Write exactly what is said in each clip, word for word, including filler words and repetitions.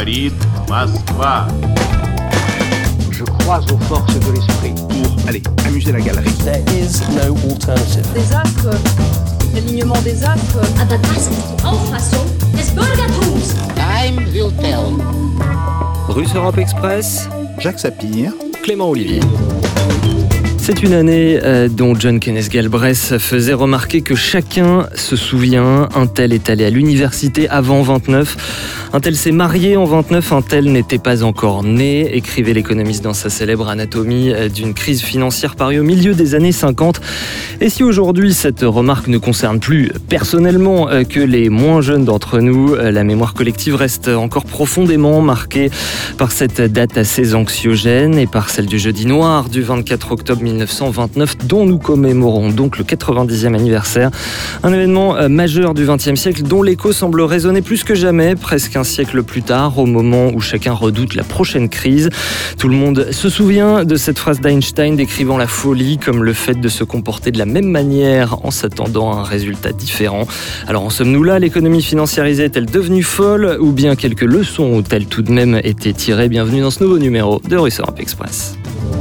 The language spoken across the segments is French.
Говорит Москва. Je crois aux forces de l'esprit. Pour, allez, amuser la galerie. There is no alternative. Des astres, l'alignement des astres. Aber das ist die Auffassung des Bürgertums. Time will tell. Russe Europe Express, Jacques Sapir, Clément Olivier. C'est une année euh, dont John Kenneth Galbraith faisait remarquer que chacun se souvient. Un tel est allé à l'université avant vingt-neuf, un tel s'est marié en vingt-neuf, un tel n'était pas encore né, écrivait l'économiste dans sa célèbre Anatomie d'une crise financière parue au milieu des années cinquante. Et si aujourd'hui cette remarque ne concerne plus personnellement que les moins jeunes d'entre nous, la mémoire collective reste encore profondément marquée par cette date assez anxiogène et par celle du jeudi noir du vingt-quatre octobre mille neuf cent vingt-neuf, dont nous commémorons donc le quatre-vingt-dixième anniversaire. Un événement majeur du vingtième siècle dont l'écho semble résonner plus que jamais, presque un siècle plus tard, au moment où chacun redoute la prochaine crise. Tout le monde se souvient de cette phrase d'Einstein décrivant la folie comme le fait de se comporter de la même manière en s'attendant à un résultat différent. Alors en sommes-nous là? L'économie financiarisée est-elle devenue folle? Ou bien quelques leçons ont-elles tout de même été tirées? Bienvenue dans ce nouveau numéro de Russe Europe Express.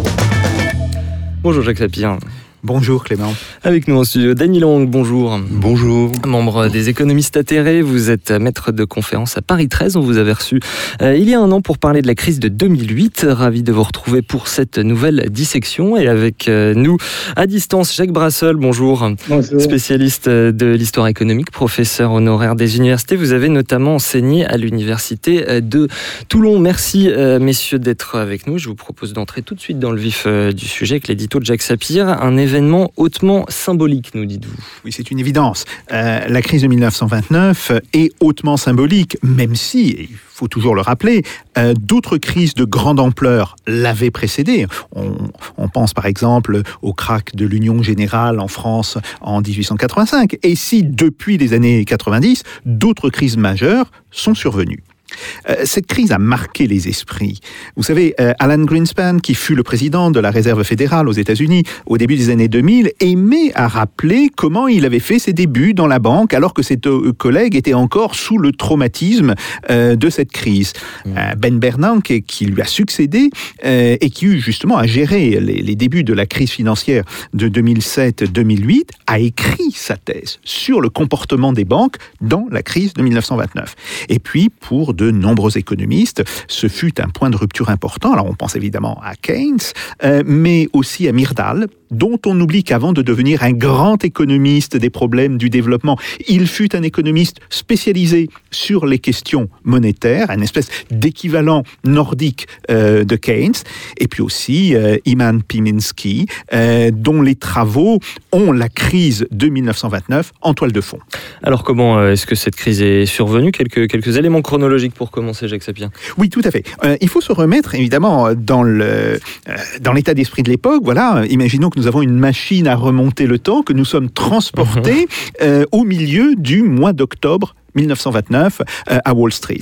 Bonjour Jacques Sapir. Bonjour Clément. Avec nous en studio, Dany Lang, bonjour. Bonjour. Membre des économistes atterrés, vous êtes maître de conférence à Paris treize, on vous avait reçu euh, il y a un an pour parler de la crise de deux mille huit. Ravi de vous retrouver pour cette nouvelle dissection. Et avec euh, nous, à distance, Jacques Brassel, bonjour. Bonjour. Spécialiste de l'histoire économique, professeur honoraire des universités. Vous avez notamment enseigné à l'université de Toulon. Merci euh, messieurs d'être avec nous. Je vous propose d'entrer tout de suite dans le vif euh, du sujet avec l'édito de Jacques Sapir. Un événement événement hautement symbolique, nous dites-vous. Oui, c'est une évidence. Euh, la crise de mille neuf cent vingt-neuf est hautement symbolique, même si, il faut toujours le rappeler, euh, d'autres crises de grande ampleur l'avaient précédée. On, on pense par exemple au krach de l'Union Générale en France en dix-huit cent quatre-vingt-cinq. Et si, depuis les années quatre-vingt-dix, d'autres crises majeures sont survenues. Euh, cette crise a marqué les esprits. Vous savez, euh, Alan Greenspan, qui fut le président de la Réserve fédérale aux États-Unis au début des années deux mille, aimait à rappeler comment il avait fait ses débuts dans la banque alors que ses euh, collègues étaient encore sous le traumatisme euh, de cette crise. Mmh. Euh, Ben Bernanke, qui lui a succédé euh, et qui eut justement à gérer les, les débuts de la crise financière de deux mille sept deux mille huit, a écrit sa thèse sur le comportement des banques dans la crise de mille neuf cent vingt-neuf. Et puis, pour de nombreux économistes, ce fut un point de rupture important. Alors on pense évidemment à Keynes, euh, mais aussi à Myrdal, dont on oublie qu'avant de devenir un grand économiste des problèmes du développement, il fut un économiste spécialisé sur les questions monétaires, une espèce d'équivalent nordique euh, de Keynes, et puis aussi euh, Iman Piminski, euh, dont les travaux ont la crise de mille neuf cent vingt-neuf en toile de fond. Alors comment est-ce que cette crise est survenue? Quelques, quelques éléments chronologiques pour commencer, Jacques Sapir. Oui, tout à fait. Euh, il faut se remettre évidemment dans, le, euh, dans l'état d'esprit de l'époque. Voilà, imaginons que nous avons une machine à remonter le temps, que nous sommes transportés euh, au milieu du mois d'octobre mille neuf cent vingt-neuf euh, à Wall Street.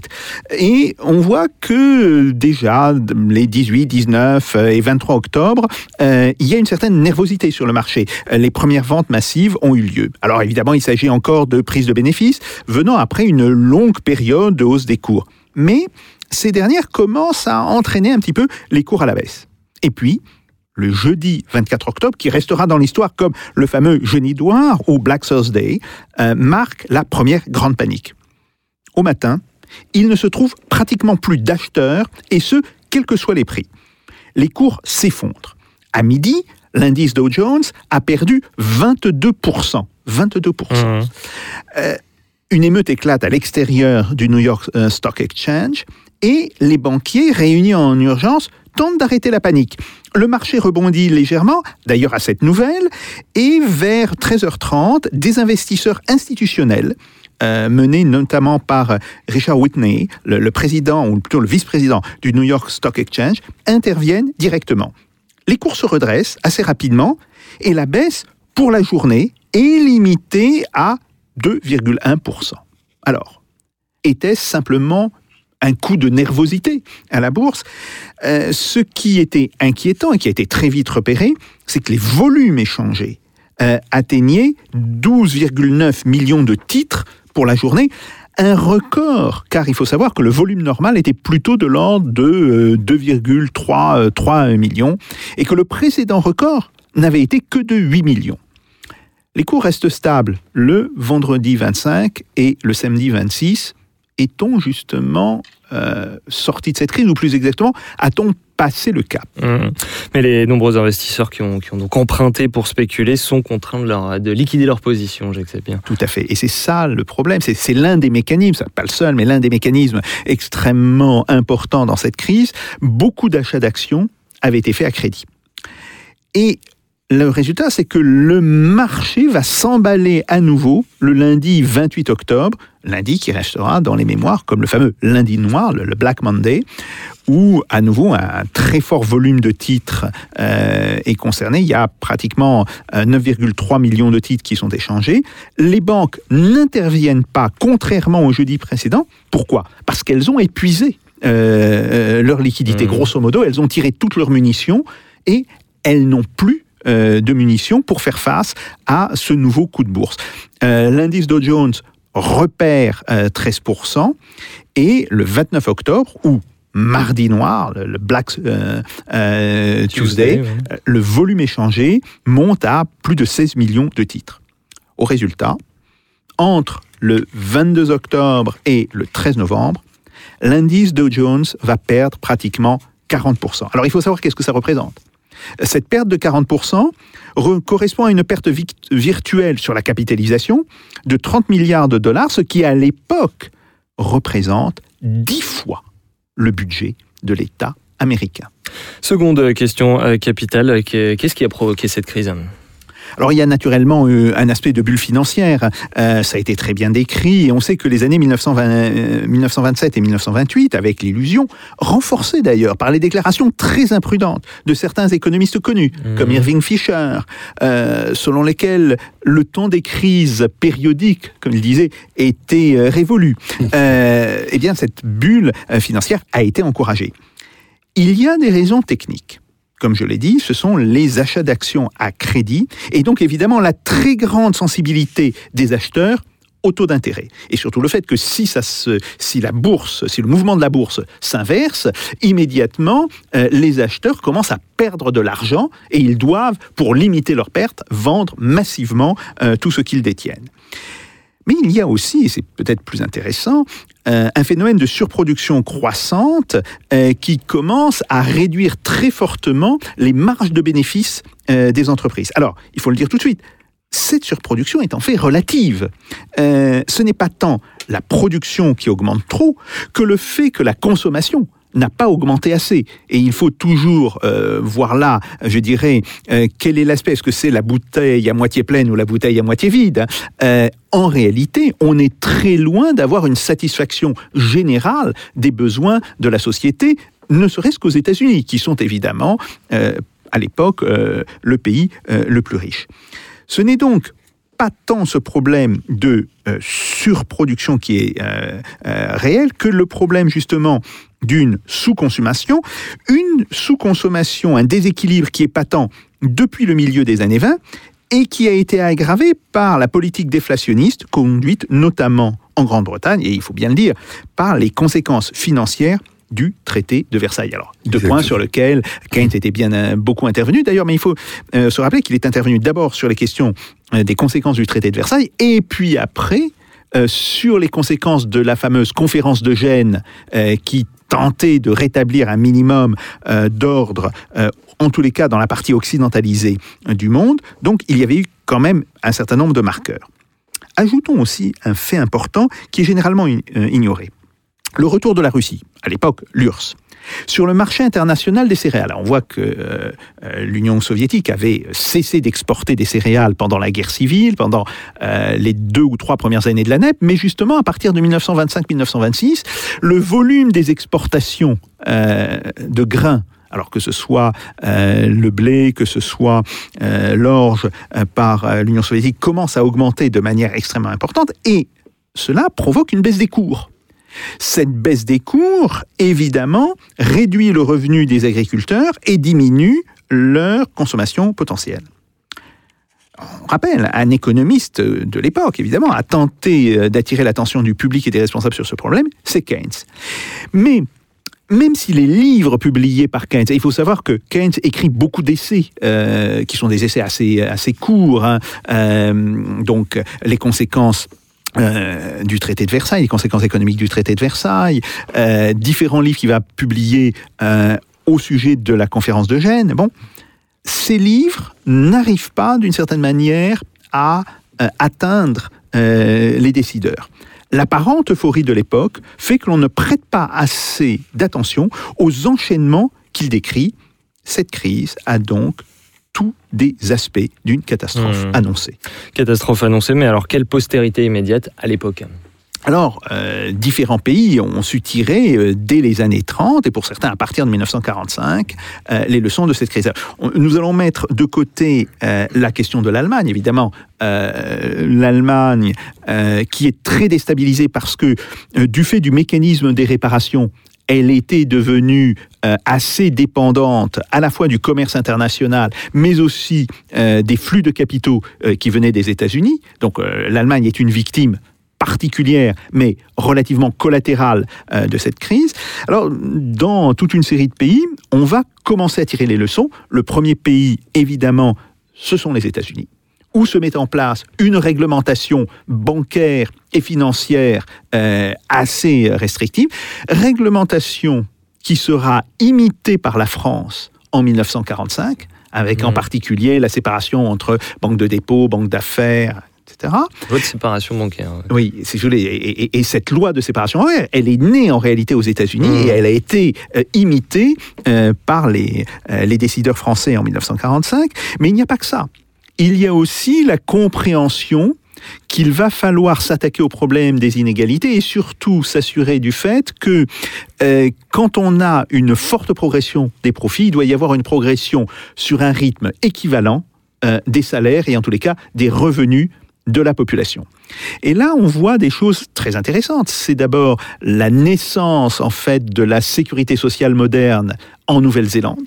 Et on voit que euh, déjà les dix-huit, dix-neuf et vingt-trois octobre, euh, il y a une certaine nervosité sur le marché. Euh, les premières ventes massives ont eu lieu. Alors évidemment, il s'agit encore de prise de bénéfices venant après une longue période de hausse des cours. Mais ces dernières commencent à entraîner un petit peu les cours à la baisse. Et puis, le jeudi vingt-quatre octobre, qui restera dans l'histoire comme le fameux jeudi noir ou Black Thursday, euh, marque la première grande panique. Au matin, il ne se trouve pratiquement plus d'acheteurs, et ce, quels que soient les prix. Les cours s'effondrent. À midi, l'indice Dow Jones a perdu vingt-deux pour cent. vingt-deux pour cent. Mmh. Euh, une émeute éclate à l'extérieur du New York euh, Stock Exchange, et les banquiers réunis en urgence tentent d'arrêter la panique. Le marché rebondit légèrement, d'ailleurs à cette nouvelle, et vers treize heures trente, des investisseurs institutionnels, euh, menés notamment par Richard Whitney, le, le président, ou plutôt le vice-président du New York Stock Exchange, interviennent directement. Les cours se redressent assez rapidement, et la baisse, pour la journée, est limitée à deux virgule un pour cent. Alors, était-ce simplement un coup de nervosité à la bourse? euh, Ce qui était inquiétant et qui a été très vite repéré, c'est que les volumes échangés euh, atteignaient douze virgule neuf millions de titres pour la journée, un record, car il faut savoir que le volume normal était plutôt de l'ordre de deux virgule trois millions et que le précédent record n'avait été que de huit millions. Les cours restent stables le vendredi vingt-cinq et le samedi vingt-six. Est-on justement euh, sorti de cette crise, ou plus exactement, a-t-on passé le cap ? Mmh. Mais les nombreux investisseurs qui ont, qui ont donc emprunté pour spéculer sont contraints de, leur, de liquider leur position, j'accepte bien. Tout à fait. Et c'est ça le problème. C'est, c'est l'un des mécanismes, pas le seul, mais l'un des mécanismes extrêmement importants dans cette crise. Beaucoup d'achats d'actions avaient été faits à crédit. Et le résultat, c'est que le marché va s'emballer à nouveau le lundi vingt-huit octobre, lundi qui restera dans les mémoires comme le fameux lundi noir, le Black Monday, où à nouveau un très fort volume de titres euh, est concerné. Il y a pratiquement neuf virgule trois millions de titres qui sont échangés. Les banques n'interviennent pas, contrairement au jeudi précédent. Pourquoi ? Parce qu'elles ont épuisé euh, leur liquidité. Mmh. Grosso modo, elles ont tiré toutes leurs munitions et elles n'ont plus Euh, de munitions pour faire face à ce nouveau coup de bourse. Euh, l'indice Dow Jones repère euh, treize pour cent et le vingt-neuf octobre, ou mardi noir, le, le Black euh, euh, Tuesday, Tuesday ouais. euh, le volume échangé monte à plus de seize millions de titres. Au résultat, entre le vingt-deux octobre et le treize novembre, l'indice Dow Jones va perdre pratiquement quarante pour cent. Alors il faut savoir qu'est-ce que ça représente. Cette perte de quarante pour cent re- correspond à une perte vi- virtuelle sur la capitalisation de trente milliards de dollars, ce qui à l'époque représente dix fois le budget de l'État américain. Seconde question euh, capitale, qu'est-ce qui a provoqué cette crise ? Alors il y a naturellement euh, un aspect de bulle financière, euh, ça a été très bien décrit, et on sait que les années dix-neuf cent vingt, euh, dix-neuf cent vingt-sept et dix-neuf cent vingt-huit, avec l'illusion, renforcées d'ailleurs par les déclarations très imprudentes de certains économistes connus, mmh. comme Irving Fisher, euh, selon lesquels le temps des crises périodiques, comme il disait, était euh, révolu. Euh, eh bien cette bulle euh, financière a été encouragée. Il y a des raisons techniques. Comme je l'ai dit, ce sont les achats d'actions à crédit et donc évidemment la très grande sensibilité des acheteurs au taux d'intérêt. Et surtout le fait que si, ça se, si la bourse, si le mouvement de la bourse s'inverse, immédiatement, euh, les acheteurs commencent à perdre de l'argent et ils doivent, pour limiter leurs pertes, vendre massivement euh, tout ce qu'ils détiennent. Mais il y a aussi, et c'est peut-être plus intéressant, euh, un phénomène de surproduction croissante euh, qui commence à réduire très fortement les marges de bénéfices euh, des entreprises. Alors, il faut le dire tout de suite, cette surproduction est en fait relative. Euh, ce n'est pas tant la production qui augmente trop que le fait que la consommation n'a pas augmenté assez. Et il faut toujours euh, voir là, je dirais, euh, quel est l'aspect. Est-ce que c'est la bouteille à moitié pleine ou la bouteille à moitié vide ? euh, En réalité, on est très loin d'avoir une satisfaction générale des besoins de la société, ne serait-ce qu'aux États-Unis, qui sont évidemment, euh, à l'époque, euh, le pays euh, le plus riche. Ce n'est donc pas tant ce problème de euh, surproduction qui est euh, euh, réel que le problème justement d'une sous-consommation, une sous-consommation, un déséquilibre qui est patent depuis le milieu des années vingt et qui a été aggravé par la politique déflationniste conduite notamment en Grande-Bretagne, et il faut bien le dire, par les conséquences financières du traité de Versailles. Alors, deux Exactement. Points sur lesquels Keynes était bien euh, beaucoup intervenu d'ailleurs, mais il faut euh, se rappeler qu'il est intervenu d'abord sur les questions euh, des conséquences du traité de Versailles, et puis après, euh, sur les conséquences de la fameuse conférence de Gênes euh, qui tentait de rétablir un minimum euh, d'ordre, euh, en tous les cas dans la partie occidentalisée euh, du monde. Donc, il y avait eu quand même un certain nombre de marqueurs. Ajoutons aussi un fait important qui est généralement in- euh, ignoré. Le retour de la Russie, à l'époque l'U R S S, sur le marché international des céréales. On voit que euh, euh, l'Union soviétique avait cessé d'exporter des céréales pendant la guerre civile, pendant euh, les deux ou trois premières années de la N E P, mais justement à partir de dix-neuf cent vingt-cinq dix-neuf cent vingt-six, le volume des exportations euh, de grains, alors que ce soit euh, le blé, que ce soit euh, l'orge euh, par euh, l'Union soviétique, commence à augmenter de manière extrêmement importante, et cela provoque une baisse des cours. Cette baisse des cours, évidemment, réduit le revenu des agriculteurs et diminue leur consommation potentielle. on rappelle, un économiste de l'époque, évidemment, a tenté d'attirer l'attention du public et des responsables sur ce problème, c'est Keynes. Mais même si les livres publiés par Keynes, et il faut savoir que Keynes écrit beaucoup d'essais, euh, qui sont des essais assez, assez courts, hein, euh, donc les conséquences Euh, du traité de Versailles, les conséquences économiques du traité de Versailles, euh, différents livres qu'il va publier euh, au sujet de la conférence de Gênes. Bon, ces livres n'arrivent pas, d'une certaine manière, à euh, atteindre euh, les décideurs. L'apparente euphorie de l'époque fait que l'on ne prête pas assez d'attention aux enchaînements qu'il décrit. Cette crise a donc tous des aspects d'une catastrophe mmh. annoncée. Catastrophe annoncée, mais alors quelle postérité immédiate à l'époque ? Alors, euh, différents pays ont su tirer euh, dès les années trente, et pour certains à partir de dix-neuf cent quarante-cinq, euh, les leçons de cette crise. On, nous allons mettre de côté euh, la question de l'Allemagne, évidemment. Euh, L'Allemagne euh, qui est très déstabilisée parce que, euh, du fait du mécanisme des réparations, elle était devenue euh, assez dépendante à la fois du commerce international, mais aussi euh, des flux de capitaux euh, qui venaient des États-Unis. Donc euh, l'Allemagne est une victime particulière, mais relativement collatérale euh, de cette crise. Alors, dans toute une série de pays, on va commencer à tirer les leçons. Le premier pays, évidemment, ce sont les États-Unis, où se met en place une réglementation bancaire et financière euh, assez restrictive, réglementation qui sera imitée par la France en dix-neuf cent quarante-cinq, avec mmh. en particulier la séparation entre banque de dépôt, banque d'affaires, et cetera. Votre séparation bancaire. Oui, c'est joli. Et, et, et cette loi de séparation bancaire, elle est née en réalité aux États-Unis mmh. et elle a été euh, imitée euh, par les, euh, les décideurs français en dix-neuf cent quarante-cinq. Mais il n'y a pas que ça. Il y a aussi la compréhension qu'il va falloir s'attaquer au problème des inégalités et surtout s'assurer du fait que euh, quand on a une forte progression des profits, il doit y avoir une progression sur un rythme équivalent euh, des salaires et en tous les cas des revenus de la population. Et là, on voit des choses très intéressantes. C'est d'abord la naissance en fait de la sécurité sociale moderne en Nouvelle-Zélande.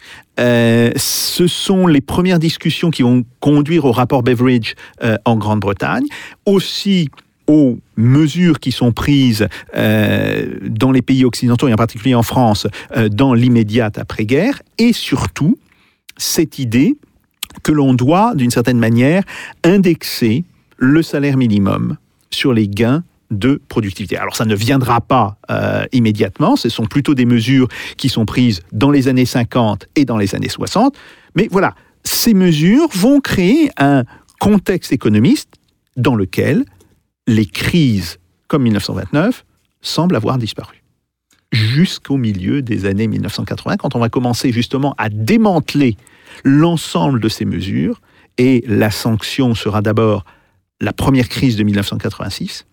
Euh, ce sont les premières discussions qui vont conduire au rapport Beveridge euh, en Grande-Bretagne, aussi aux mesures qui sont prises euh, dans les pays occidentaux et en particulier en France euh, dans l'immédiate après-guerre, et surtout cette idée que l'on doit d'une certaine manière indexer le salaire minimum sur les gains de productivité. Alors ça ne viendra pas euh, immédiatement, ce sont plutôt des mesures qui sont prises dans les années cinquante et dans les années soixante, mais voilà, ces mesures vont créer un contexte économique dans lequel les crises comme dix-neuf cent vingt-neuf semblent avoir disparu. Jusqu'au milieu des années dix-neuf cent quatre-vingts, quand on va commencer justement à démanteler l'ensemble de ces mesures, et la sanction sera d'abord la première crise de dix-neuf cent quatre-vingt-six,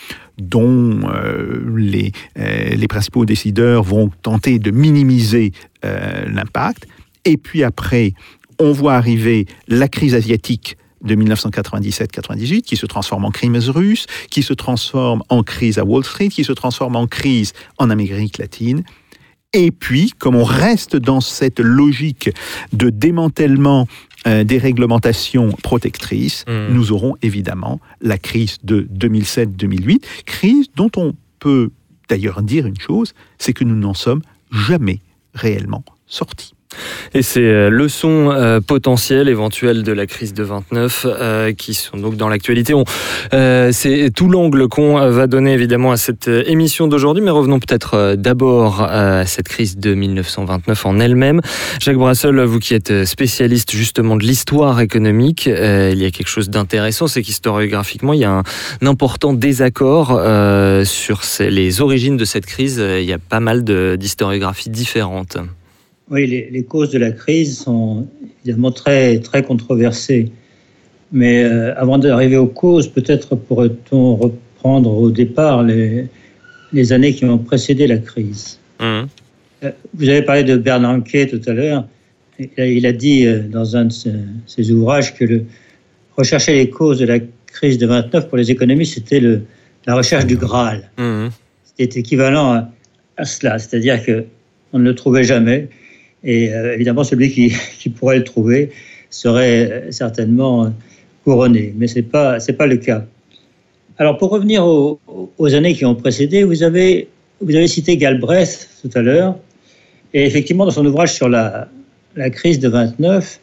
dont euh, les, euh, les principaux décideurs vont tenter de minimiser euh, l'impact. Et puis après, on voit arriver la crise asiatique de dix-neuf cent quatre-vingt-dix-sept quatre-vingt-dix-huit, qui se transforme en crise russe, qui se transforme en crise à Wall Street, qui se transforme en crise en Amérique latine. Et puis, comme on reste dans cette logique de démantèlement euh, des réglementations protectrices, mmh. nous aurons évidemment la crise de deux mille sept deux mille huit, crise dont on peut d'ailleurs dire une chose, c'est que nous n'en sommes jamais réellement sortis. Et ces euh, leçons euh, potentielles, éventuelles de la crise de vingt-neuf euh, qui sont donc dans l'actualité. On, euh, c'est tout l'angle qu'on va donner évidemment à cette émission d'aujourd'hui, mais revenons peut-être euh, d'abord à cette crise de dix-neuf cent vingt-neuf en elle-même. Jacques Brassel, vous qui êtes spécialiste justement de l'histoire économique, euh, il y a quelque chose d'intéressant, c'est qu'historiographiquement, il y a un, un important désaccord euh, sur ces, les origines de cette crise. Il y a pas mal de, d'historiographies différentes. Oui, les, les causes de la crise sont évidemment très, très controversées. Mais euh, avant d'arriver aux causes, peut-être pourrait-on reprendre au départ les, les années qui ont précédé la crise. Mmh. Euh, vous avez parlé de Bernanke tout à l'heure. Il a dit euh, dans un de ses, ses ouvrages que le, rechercher les causes de la crise de vingt-neuf, pour les économistes, c'était le, la recherche du Graal. Mmh. C'était équivalent à, à cela, c'est-à-dire qu'on ne le trouvait jamais. Et euh, évidemment, celui qui, qui pourrait le trouver serait certainement couronné, mais ce n'est pas, c'est pas le cas. Alors, pour revenir aux, aux années qui ont précédé, vous avez, vous avez cité Galbraith tout à l'heure, et effectivement, dans son ouvrage sur la, la crise de vingt-neuf,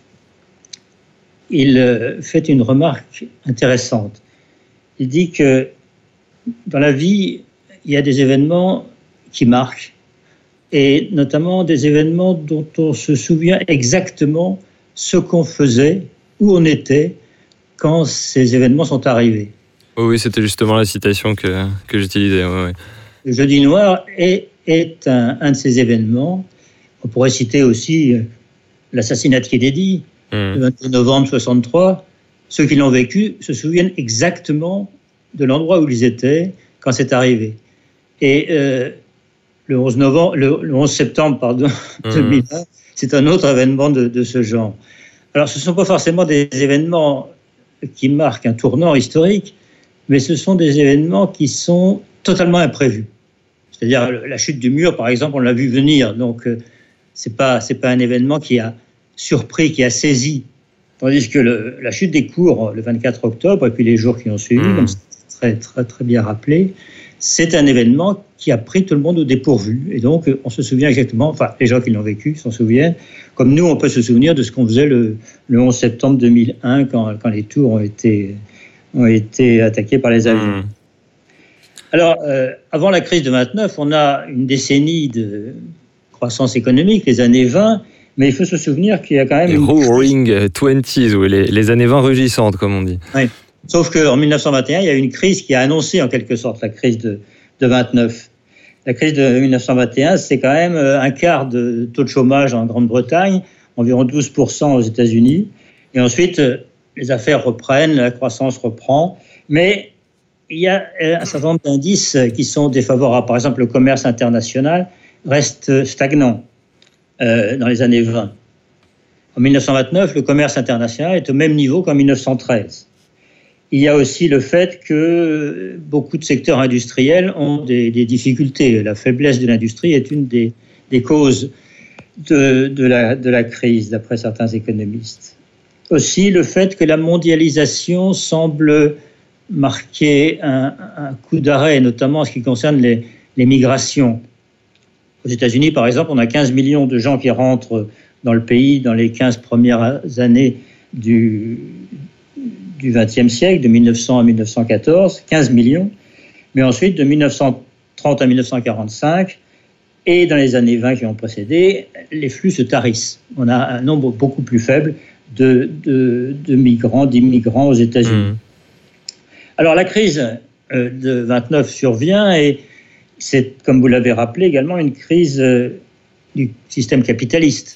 il fait une remarque intéressante. Il dit que dans la vie, il y a des événements qui marquent, et notamment des événements dont on se souvient exactement ce qu'on faisait, où on était, quand ces événements sont arrivés. Oh oui, c'était justement la citation que, que j'utilisais. Ouais, ouais. Le Jeudi noir est, est un, un de ces événements. On pourrait citer aussi l'assassinat de Kennedy, mmh. le vingt-deux novembre soixante-trois. Ceux qui l'ont vécu se souviennent exactement de l'endroit où ils étaient quand c'est arrivé. Et euh, le, onze novembre, le, le onze septembre pardon, mmh. deux mille un, c'est un autre événement de, de ce genre. Alors, ce ne sont pas forcément des événements qui marquent un tournant historique, mais ce sont des événements qui sont totalement imprévus. C'est-à-dire, la chute du mur, par exemple, on l'a vu venir, donc euh, ce n'est pas, c'est pas un événement qui a surpris, qui a saisi. Tandis que le, la chute des cours, le vingt-quatre octobre, et puis les jours qui ont suivi, mmh. comme c'est très, très, très bien rappelé, c'est un événement qui a pris tout le monde au dépourvu. Et donc, on se souvient exactement, enfin, les gens qui l'ont vécu s'en souviennent, comme nous, on peut se souvenir de ce qu'on faisait le, le onze septembre deux mille un, quand, quand les tours ont été, ont été attaqués par les avions. Mmh. Alors, euh, avant la crise de vingt-neuf, on a une décennie de croissance économique, les années vingt, mais il faut se souvenir qu'il y a quand même... Les roaring twenties, oui, les, les années vingt rugissantes, comme on dit. Oui. Sauf qu'en dix-neuf cent vingt et un, il y a eu une crise qui a annoncé en quelque sorte la crise de, de vingt-neuf. La crise de dix-neuf cent vingt et un, c'est quand même un quart de taux de chômage en Grande-Bretagne, environ douze pour cent aux États-Unis. Et ensuite, les affaires reprennent, la croissance reprend. Mais il y a un certain nombre d'indices qui sont défavorables. Par exemple, le commerce international reste stagnant euh, dans les années vingt. En dix-neuf cent vingt-neuf, le commerce international est au même niveau qu'en dix-neuf cent treize. Il y a aussi le fait que beaucoup de secteurs industriels ont des, des difficultés. La faiblesse de l'industrie est une des, des causes de, de, la, de la crise, d'après certains économistes. Aussi, le fait que la mondialisation semble marquer un, un coup d'arrêt, notamment en ce qui concerne les, les migrations. Aux États-Unis, par exemple, on a quinze millions de gens qui rentrent dans le pays dans les quinze premières années du... du vingtième siècle, de mille neuf cents à mille neuf cent quatorze, quinze millions, mais ensuite de mille neuf cent trente à mille neuf cent quarante-cinq, et dans les années vingt qui ont précédé, les flux se tarissent. On a un nombre beaucoup plus faible de, de, de migrants, d'immigrants aux États-Unis. Mmh. Alors la crise de vingt-neuf survient, et c'est, comme vous l'avez rappelé également, une crise du système capitaliste.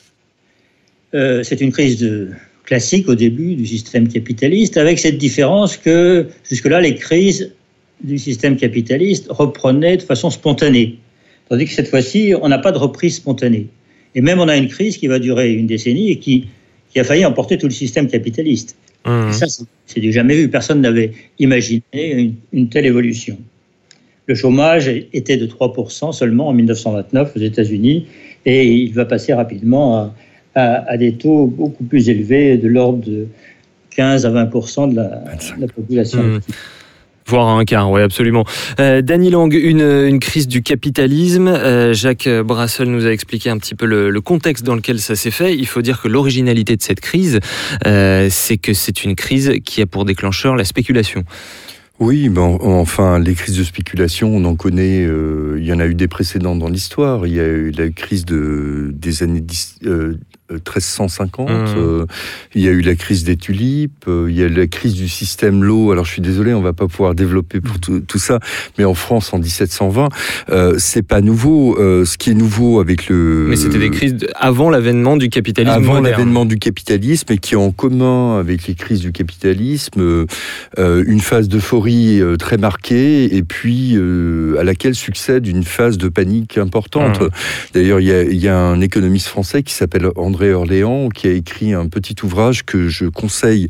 Euh, c'est une crise de... classique au début du système capitaliste, avec cette différence que jusque-là, les crises du système capitaliste reprenaient de façon spontanée. Tandis que cette fois-ci, on n'a pas de reprise spontanée. Et même on a une crise qui va durer une décennie et qui, qui a failli emporter tout le système capitaliste. Mmh. Et ça, c'est, c'est du jamais vu. Personne n'avait imaginé une, une telle évolution. Le chômage était de trois pour cent seulement en dix-neuf cent vingt-neuf aux États-Unis, et il va passer rapidement à À, à des taux beaucoup plus élevés, de l'ordre de quinze à vingt pour cent de la, de la population. Mmh. Voire un quart, oui, absolument. Euh, Danny Lang, une, une crise du capitalisme. Euh, Jacques Brassel nous a expliqué un petit peu le, le contexte dans lequel ça s'est fait. Il faut dire que l'originalité de cette crise, euh, c'est que c'est une crise qui a pour déclencheur la spéculation. Oui, ben, enfin, les crises de spéculation, on en connaît, euh, il y en a eu des précédentes dans l'histoire. Il y a eu la crise de, des années dix, euh, treize cent cinquante, mmh. euh, il y a eu la crise des tulipes, euh, il y a eu la crise du système Law. Alors je suis désolé, on va pas pouvoir développer pour tout, tout ça, mais en France en dix-sept cent vingt, euh, c'est pas nouveau. Euh, ce qui est nouveau avec le... Mais c'était des crises de, avant l'avènement du capitalisme Avant moderne. l'avènement du capitalisme, et qui ont en commun avec les crises du capitalisme euh, une phase d'euphorie euh, très marquée, et puis euh, à laquelle succède une phase de panique importante. Mmh. D'ailleurs, il y a, il y a un économiste français qui s'appelle André Orléans, qui a écrit un petit ouvrage que je conseille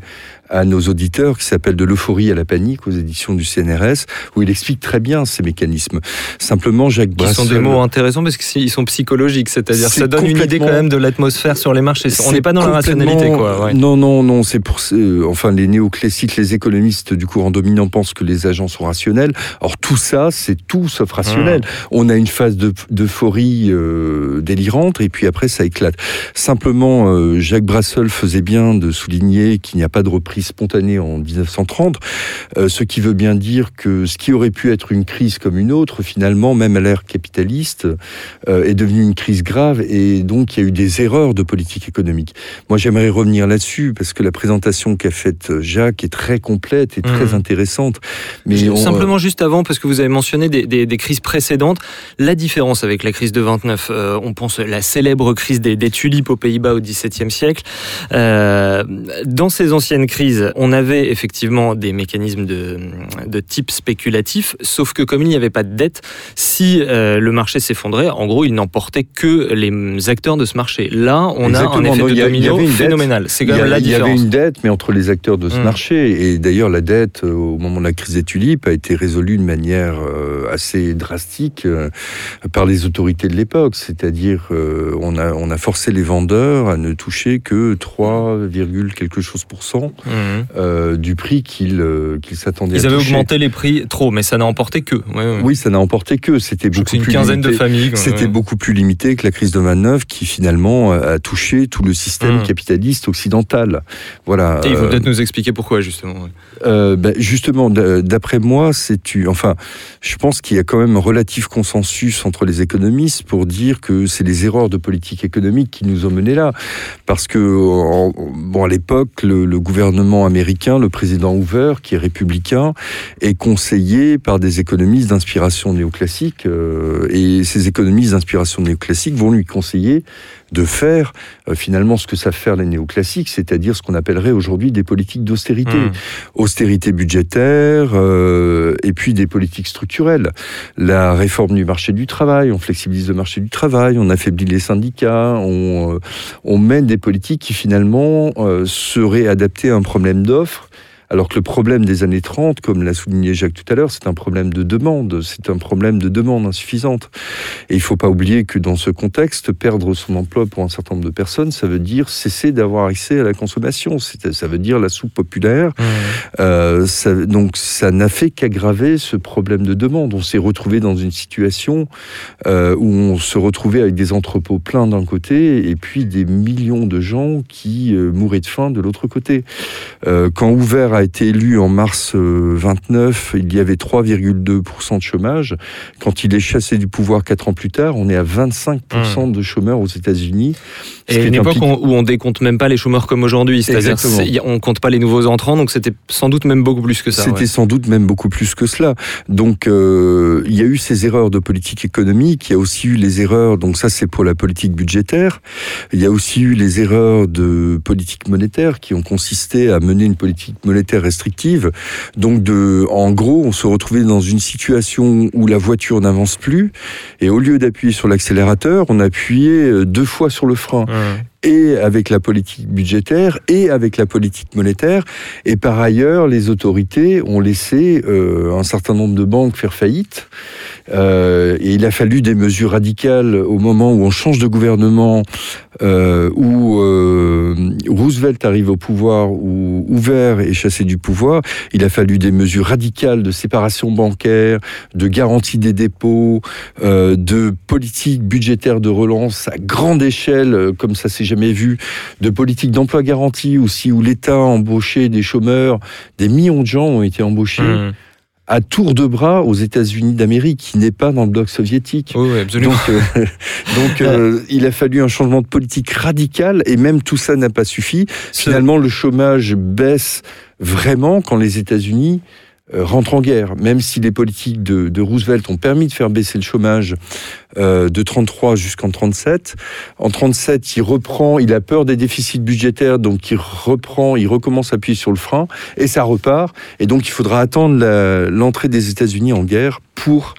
à nos auditeurs, qui s'appelle « De l'euphorie à la panique » aux éditions du C N R S, où il explique très bien ces mécanismes. Simplement, Jacques Brasseur... Qui sont des mots intéressants parce qu'ils sont psychologiques, c'est-à-dire ça donne une idée quand même de l'atmosphère sur les marchés. On n'est pas dans la rationalité, quoi. Ouais. Non, non, non, c'est pour... Enfin, les néoclassiques, les économistes du courant dominant pensent que les agents sont rationnels. Or, tout ça, c'est tout sauf rationnel. Mmh. On a une phase de, d'euphorie euh, délirante et puis après, ça éclate. Simplement, euh, Jacques Brasseur faisait bien de souligner qu'il n'y a pas de reprise spontanée en dix-neuf cent trente, euh, ce qui veut bien dire que ce qui aurait pu être une crise comme une autre, finalement, même à l'ère capitaliste, euh, est devenu une crise grave et donc il y a eu des erreurs de politique économique. Moi, j'aimerais revenir là-dessus parce que la présentation qu'a faite Jacques est très complète et très mmh. intéressante. Mais on, simplement, juste avant, parce que vous avez mentionné des, des, des crises précédentes, la différence avec la crise de vingt-neuf, euh, on pense à la célèbre crise des, des tulipes aux Pays-Bas au dix-septième siècle. Euh, dans ces anciennes crises, on avait effectivement des mécanismes de, de type spéculatif, sauf que comme il n'y avait pas de dette, si euh, le marché s'effondrait, en gros, il n'emportait que les acteurs de ce marché. Là, on Exactement, a un effet non, de domino phénoménal. C'est quand même la différence. Il y avait une dette, mais entre les acteurs de ce mmh. marché. Et d'ailleurs, la dette, au moment de la crise des tulipes, a été résolue de manière euh, assez drastique euh, par les autorités de l'époque. C'est-à-dire, euh, on a, on a forcé les vendeurs à ne toucher que trois, quelque chose pour cent mmh. euh, du prix qu'ils, euh, qu'ils s'attendaient Ils à toucher. Ils avaient augmenté les prix trop, mais ça n'a emporté que. Ouais, ouais. Oui, ça n'a emporté que. C'était beaucoup c'est une plus quinzaine limité. de familles. C'était ouais. beaucoup plus limité que la crise de vingt-neuf, qui finalement a touché tout le système mmh. capitaliste occidental. Voilà. Et il faut peut-être nous expliquer pourquoi, justement. Ouais. Euh, ben justement, d'après moi, c'est tu. Enfin, je pense qu'il y a quand même un relatif consensus entre les économistes pour dire que c'est les erreurs de politique économique qui nous ont menés là, parce que en, bon, à l'époque, le, le gouvernement américain, le président Hoover, qui est républicain, est conseillé par des économistes d'inspiration néoclassique, euh, et ces économistes d'inspiration néoclassique vont lui conseiller de faire euh, finalement ce que savent faire les néoclassiques, c'est-à-dire ce qu'on appellerait aujourd'hui des politiques d'austérité. Mmh. Austérité budgétaire, euh, et puis des politiques structurelles. La réforme du marché du travail, on flexibilise le marché du travail, on affaiblit les syndicats, on, euh, on mène des politiques qui finalement euh, seraient adaptées à un problème d'offre. Alors que le problème des années trente, comme l'a souligné Jacques tout à l'heure, c'est un problème de demande, c'est un problème de demande insuffisante. Et il ne faut pas oublier que dans ce contexte, perdre son emploi pour un certain nombre de personnes, ça veut dire cesser d'avoir accès à la consommation, c'est, ça veut dire la soupe populaire. Mmh. Euh, ça, donc ça n'a fait qu'aggraver ce problème de demande. On s'est retrouvé dans une situation euh, où on se retrouvait avec des entrepôts pleins d'un côté et puis des millions de gens qui euh, mouraient de faim de l'autre côté. Euh, quand Hoover a été élu en mars vingt-neuf, il y avait trois virgule deux pour cent de chômage. Quand il est chassé du pouvoir quatre ans plus tard, on est à vingt-cinq pour cent mmh. de chômeurs aux États-Unis. Et une époque impliqué... où on décompte même pas les chômeurs comme aujourd'hui, c'est-à-dire on compte pas les nouveaux entrants, donc c'était sans doute même beaucoup plus que ça. C'était ouais. sans doute même beaucoup plus que cela. Donc euh, il y a eu ces erreurs de politique économique, il y a aussi eu les erreurs, donc ça c'est pour la politique budgétaire, il y a aussi eu les erreurs de politique monétaire qui ont consisté à mener une politique monétaire restrictive. Donc, de, en gros, on se retrouvait dans une situation où la voiture n'avance plus, et au lieu d'appuyer sur l'accélérateur, on appuyait deux fois sur le frein. Mmh. Et avec la politique budgétaire et avec la politique monétaire. Et par ailleurs, les autorités ont laissé euh, un certain nombre de banques faire faillite. Euh, et il a fallu des mesures radicales au moment où on change de gouvernement, euh, où euh, Roosevelt arrive au pouvoir, où Hoover est chassé du pouvoir. Il a fallu des mesures radicales de séparation bancaire, de garantie des dépôts, euh, de politique budgétaire de relance à grande échelle, comme ça s'est jamais vu, de politique d'emploi garanti aussi, où l'État a embauché des chômeurs, des millions de gens ont été embauchés. Mmh. à tour de bras aux États-Unis d'Amérique, qui n'est pas dans le bloc soviétique. Oui, oui, absolument. Donc, euh, donc euh, il a fallu un changement de politique radical, et même tout ça n'a pas suffi. Finalement, le chômage baisse vraiment quand les États-Unis euh, rentrent en guerre. Même si les politiques de, de Roosevelt ont permis de faire baisser le chômage euh, de trente-trois jusqu'en trente-sept. En trente-sept, il reprend, il a peur des déficits budgétaires, donc il reprend, il recommence à appuyer sur le frein, et ça repart. Et donc, il faudra attendre la, l'entrée des États-Unis en guerre pour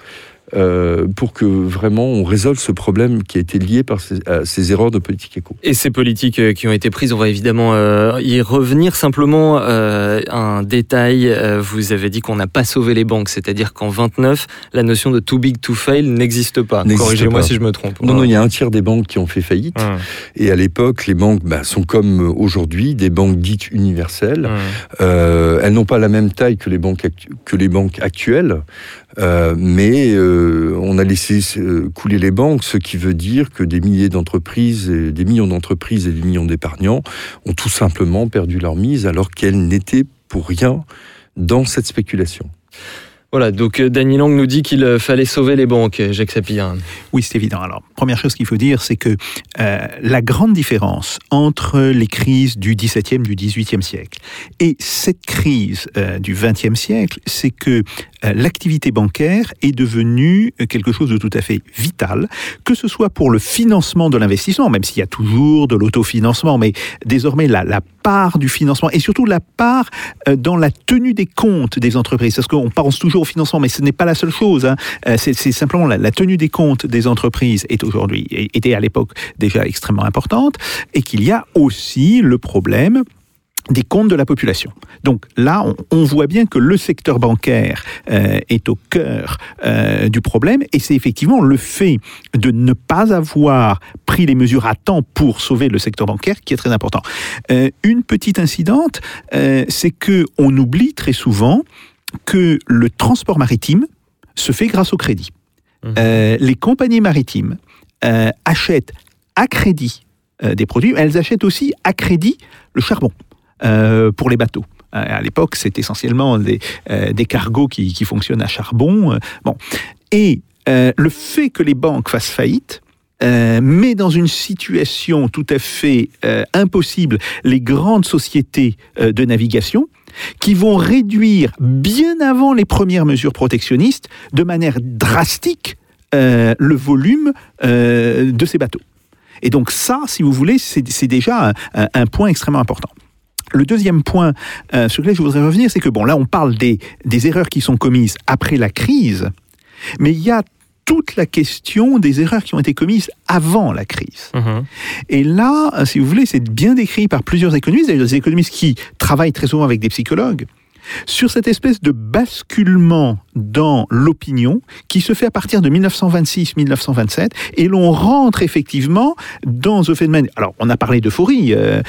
euh, pour que vraiment on résolve ce problème qui a été lié par ces, à ces erreurs de politique éco. Et ces politiques qui ont été prises, on va évidemment euh, y revenir. Simplement, euh, un détail, euh, vous avez dit qu'on n'a pas sauvé les banques, c'est-à-dire qu'en vingt-neuf, la notion de too big to fail n'existe pas. N'existe Corrigez-moi pas. si je me trompe. Non, non, il y a un tiers des banques qui ont fait faillite. Hum. Et à l'époque, les banques bah, sont comme aujourd'hui des banques dites universelles. Hum. Euh, elles n'ont pas la même taille que les banques, actu- que les banques actuelles, euh, mais euh, on a laissé euh, couler les banques, ce qui veut dire que des milliers d'entreprises, et, des millions d'entreprises et des millions d'épargnants ont tout simplement perdu leur mise alors qu'elles n'étaient pour rien dans cette spéculation. Voilà, donc Danny Lang nous dit qu'il fallait sauver les banques, Jacques Sapir. Oui, c'est évident. Alors, première chose qu'il faut dire, c'est que euh, la grande différence entre les crises du dix-septième, du dix-huitième siècle et cette crise euh, du vingtième siècle, c'est que euh, l'activité bancaire est devenue quelque chose de tout à fait vital, que ce soit pour le financement de l'investissement, même s'il y a toujours de l'autofinancement, mais désormais la, la part du financement et surtout la part euh, dans la tenue des comptes des entreprises, parce qu'on pense toujours au financement, mais ce n'est pas la seule chose. Hein. Euh, c'est, c'est simplement la, la tenue des comptes des entreprises est aujourd'hui, était à l'époque déjà extrêmement importante, et qu'il y a aussi le problème des comptes de la population. Donc là, on, on voit bien que le secteur bancaire euh, est au cœur euh, du problème, et c'est effectivement le fait de ne pas avoir pris les mesures à temps pour sauver le secteur bancaire qui est très important. Euh, une petite incidente, euh, c'est que on oublie très souvent que le transport maritime se fait grâce au crédit. Mmh. Euh, les compagnies maritimes euh, achètent à crédit euh, des produits, elles achètent aussi à crédit le charbon euh, pour les bateaux. Euh, à l'époque, c'est essentiellement des, euh, des cargos qui, qui fonctionnent à charbon. Euh, bon. Et euh, le fait que les banques fassent faillite Euh, met dans une situation tout à fait euh, impossible les grandes sociétés euh, de navigation qui vont réduire bien avant les premières mesures protectionnistes de manière drastique euh, le volume euh, de ces bateaux. Et donc ça, si vous voulez, c'est, c'est déjà un, un point extrêmement important. Le deuxième point euh, sur lequel je voudrais revenir, c'est que bon, là on parle des, des erreurs qui sont commises après la crise, mais il y a toute la question des erreurs qui ont été commises avant la crise. Mmh. Et là, si vous voulez, c'est bien décrit par plusieurs économistes, des économistes qui travaillent très souvent avec des psychologues, sur cette espèce de basculement dans l'opinion qui se fait à partir de dix-neuf cent vingt-six dix-neuf cent vingt-sept, et l'on rentre effectivement dans un phénomène. Alors, on a parlé d'euphorie, euh,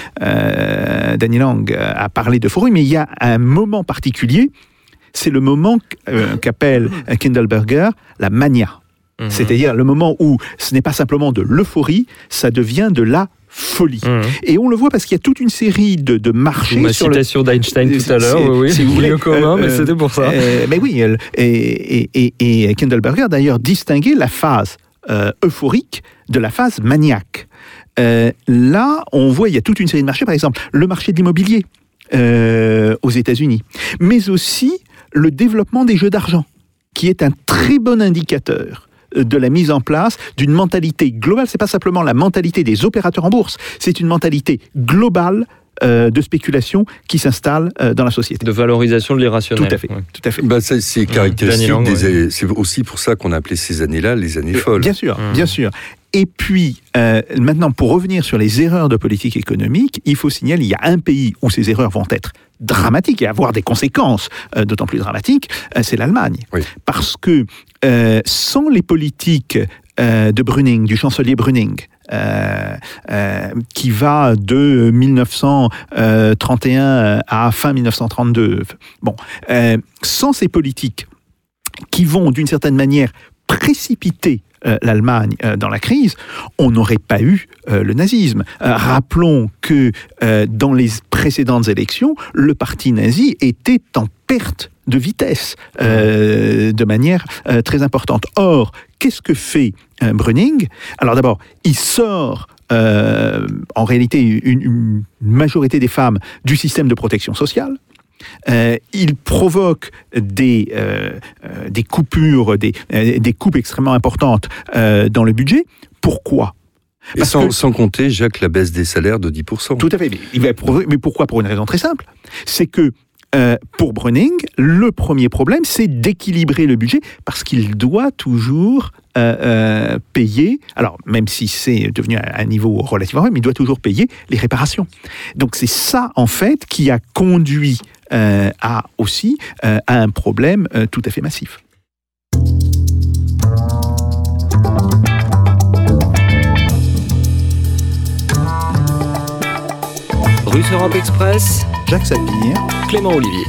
euh, Danny Lang a parlé d'euphorie, mais il y a un moment particulier, c'est le moment euh, qu'appelle Kindleberger la mania. Mmh. C'est-à-dire le moment où ce n'est pas simplement de l'euphorie, ça devient de la folie. Mmh. Et on le voit parce qu'il y a toute une série de, de marchés. Ma sur citation le... d'Einstein tout à l'heure, oui, si vous voulez, lieu commun, euh, mais c'était pour ça. Euh, mais oui, et, et, et, et Kindleberger d'ailleurs distinguait la phase euh, euphorique de la phase maniaque. Euh, là, on voit, il y a toute une série de marchés, par exemple, le marché de l'immobilier euh, aux États-Unis, mais aussi le développement des jeux d'argent, qui est un très bon indicateur de la mise en place d'une mentalité globale. C'est pas simplement la mentalité des opérateurs en bourse, c'est une mentalité globale euh, de spéculation qui s'installe euh, dans la société. De valorisation de l'irrationnel. Tout à fait. Ouais. Tout à fait. Bah, ça, c'est caractéristique. Lang, des, ouais. C'est aussi pour ça qu'on a appelé ces années-là les années folles. Bien sûr, mmh. bien sûr. Et puis, euh, maintenant, pour revenir sur les erreurs de politique économique, il faut signaler qu'il y a un pays où ces erreurs vont être dramatiques et avoir des conséquences euh, d'autant plus dramatiques, euh, c'est l'Allemagne. Oui. Parce que euh, sans les politiques euh, de Brüning, du chancelier Brüning, euh, euh, qui va de dix-neuf cent trente et un à fin dix-neuf cent trente-deux, bon, euh, sans ces politiques qui vont d'une certaine manière précipiter Euh, l'Allemagne euh, dans la crise, on n'aurait pas eu euh, le nazisme. Euh, rappelons que euh, dans les précédentes élections, le parti nazi était en perte de vitesse euh, de manière euh, très importante. Or, qu'est-ce que fait euh, Brüning ? Alors d'abord, il sort euh, en réalité une, une majorité des femmes du système de protection sociale. Euh, il provoque des, euh, euh, des coupures, des, euh, des coupes extrêmement importantes euh, dans le budget. Pourquoi ? Et sans, que, sans compter, Jacques, la baisse des salaires de dix pour cent. Tout à fait. Il va provoquer, mais pourquoi ? Pour une raison très simple. C'est que euh, pour Bruning, le premier problème, c'est d'équilibrer le budget parce qu'il doit toujours euh, euh, payer, alors même si c'est devenu à un niveau relativement faible, mais il doit toujours payer les réparations. Donc c'est ça, en fait, qui a conduit euh, à aussi euh, à un problème euh, tout à fait massif. Russe Europe Express, Jacques Sapir, Clément Olivier.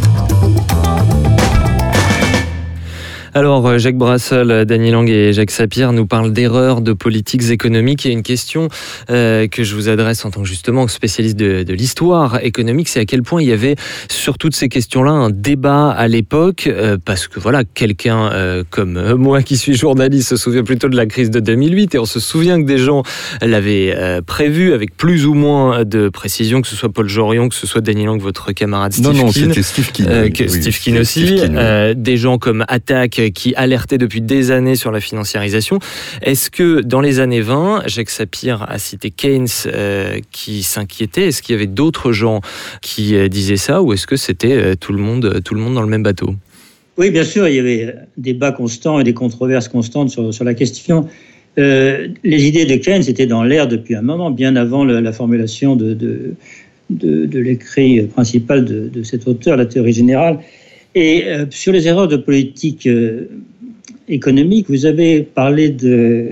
Alors, Jacques Brassel, Dany Lang et Jacques Sapir nous parlent d'erreurs de politiques économiques. Et une question euh, que je vous adresse en tant que justement spécialiste de, de l'histoire économique, c'est à quel point il y avait sur toutes ces questions-là un débat à l'époque, euh, parce que voilà, quelqu'un euh, comme moi qui suis journaliste se souvient plutôt de la crise de deux mille huit, et on se souvient que des gens l'avaient euh, prévu avec plus ou moins de précision, que ce soit Paul Jorion, que ce soit Dany Lang, votre camarade Steve Non, non, Keen, c'était Steve Keen. euh, oui, que oui, Steve Keen aussi, Steve Keen, oui. euh, des gens comme Attac qui alertaient depuis des années sur la financiarisation. Est-ce que dans les années vingt, Jacques Sapir a cité Keynes euh, qui s'inquiétait, est-ce qu'il y avait d'autres gens qui euh, disaient ça, ou est-ce que c'était euh, tout le monde, tout le monde dans le même bateau ? Oui, bien sûr, il y avait des débats constants et des controverses constantes sur, sur la question. Euh, les idées de Keynes étaient dans l'air depuis un moment, bien avant le, la formulation de, de, de, de l'écrit principal de, de cet auteur, la théorie générale. Et euh, sur les erreurs de politique euh, économique, vous avez parlé de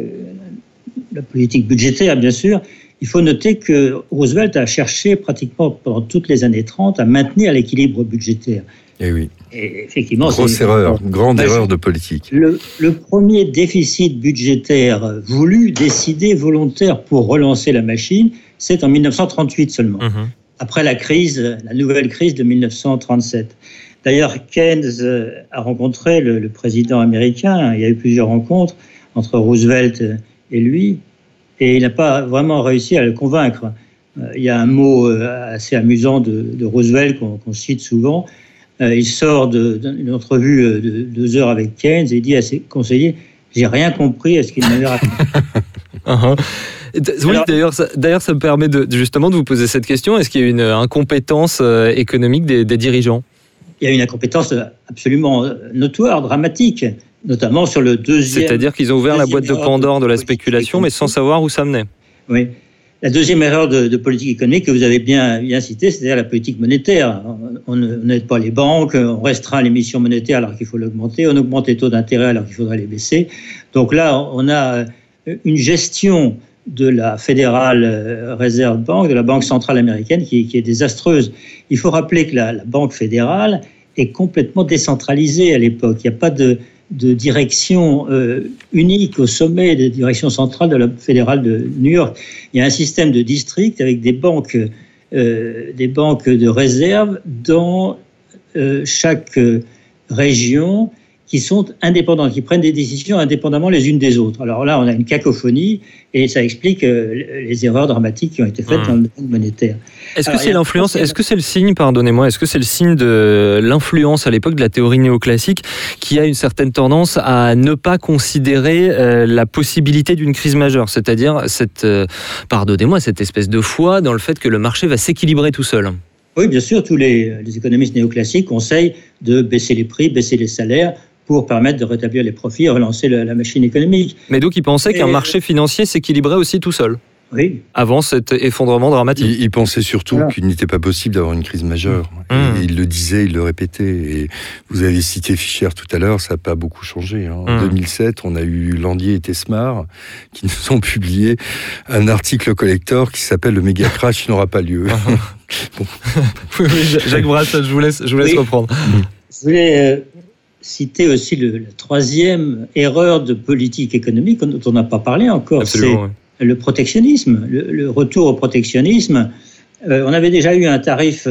la politique budgétaire, bien sûr. Il faut noter que Roosevelt a cherché pratiquement pendant toutes les années trente à maintenir l'équilibre budgétaire. Et oui. Et effectivement, grosse c'est erreur, une grande bah, erreur de politique. Le, le premier déficit budgétaire voulu, décidé, volontaire pour relancer la machine, c'est en dix-neuf cent trente-huit seulement, mmh. après la crise, la nouvelle crise de dix-neuf cent trente-sept. D'ailleurs, Keynes a rencontré le, le président américain. Il y a eu plusieurs rencontres entre Roosevelt et lui, et il n'a pas vraiment réussi à le convaincre. Il y a un mot assez amusant de, de Roosevelt qu'on, qu'on cite souvent. Il sort de, d'une entrevue de deux heures avec Keynes et il dit à ses conseillers « J'ai rien compris à ce qu'il m'avait raconté. » uh-huh. Oui, Alors, d'ailleurs, ça, d'ailleurs, ça me permet de, justement de vous poser cette question. Est-ce qu'il y a une incompétence économique des, des dirigeants ? Il y a une incompétence absolument notoire, dramatique, notamment sur le deuxième... C'est-à-dire qu'ils ont ouvert la boîte de Pandore de la spéculation, mais sans savoir où ça menait. Oui. La deuxième erreur de, de politique économique que vous avez bien, bien citée, c'est-à-dire la politique monétaire. On n'aide pas les banques, on restreint l'émission monétaire alors qu'il faut l'augmenter, on augmente les taux d'intérêt alors qu'il faudrait les baisser. Donc là, on a une gestion de la Federal Reserve Bank, de la Banque centrale américaine, qui, qui est désastreuse. Il faut rappeler que la, la Banque fédérale est complètement décentralisée à l'époque. Il n'y a pas de, de direction euh, unique au sommet des directions centrales de la fédérale de New York. Il y a un système de districts avec des banques, euh, des banques de réserve dans euh, chaque euh, région, qui sont indépendants, qui prennent des décisions indépendamment les unes des autres. Alors là, on a une cacophonie et ça explique euh, les erreurs dramatiques qui ont été faites mmh. dans le domaine monétaire. Est-ce Alors, que c'est l'influence, est-ce que c'est le signe, pardonnez-moi, est-ce que c'est le signe de l'influence à l'époque de la théorie néoclassique qui a une certaine tendance à ne pas considérer euh, la possibilité d'une crise majeure, c'est-à-dire cette, euh, pardonnez-moi, cette espèce de foi dans le fait que le marché va s'équilibrer tout seul? Oui, bien sûr, tous les, les économistes néoclassiques conseillent de baisser les prix, baisser les salaires, pour permettre de rétablir les profits et relancer la, la machine économique. Mais donc, il pensait et qu'un marché financier s'équilibrait aussi tout seul. Oui. Avant cet effondrement dramatique. Il, il pensait surtout voilà. qu'il n'était pas possible d'avoir une crise majeure. Mmh. Et il le disait, il le répétait. Et vous avez cité Fischer tout à l'heure, ça n'a pas beaucoup changé. Hein. En mmh. deux mille sept, on a eu Landier et Tesmar qui nous ont publié un article collector qui s'appelle « Le méga crash n'aura pas lieu ». Bon. Oui, oui, Jacques Brassel, je vous laisse, je vous laisse oui. reprendre. Je voulais... Euh... citer aussi le, la troisième erreur de politique économique dont on n'a pas parlé encore, Absolument, c'est oui. le protectionnisme, le, le retour au protectionnisme. Euh, on avait déjà eu un tarif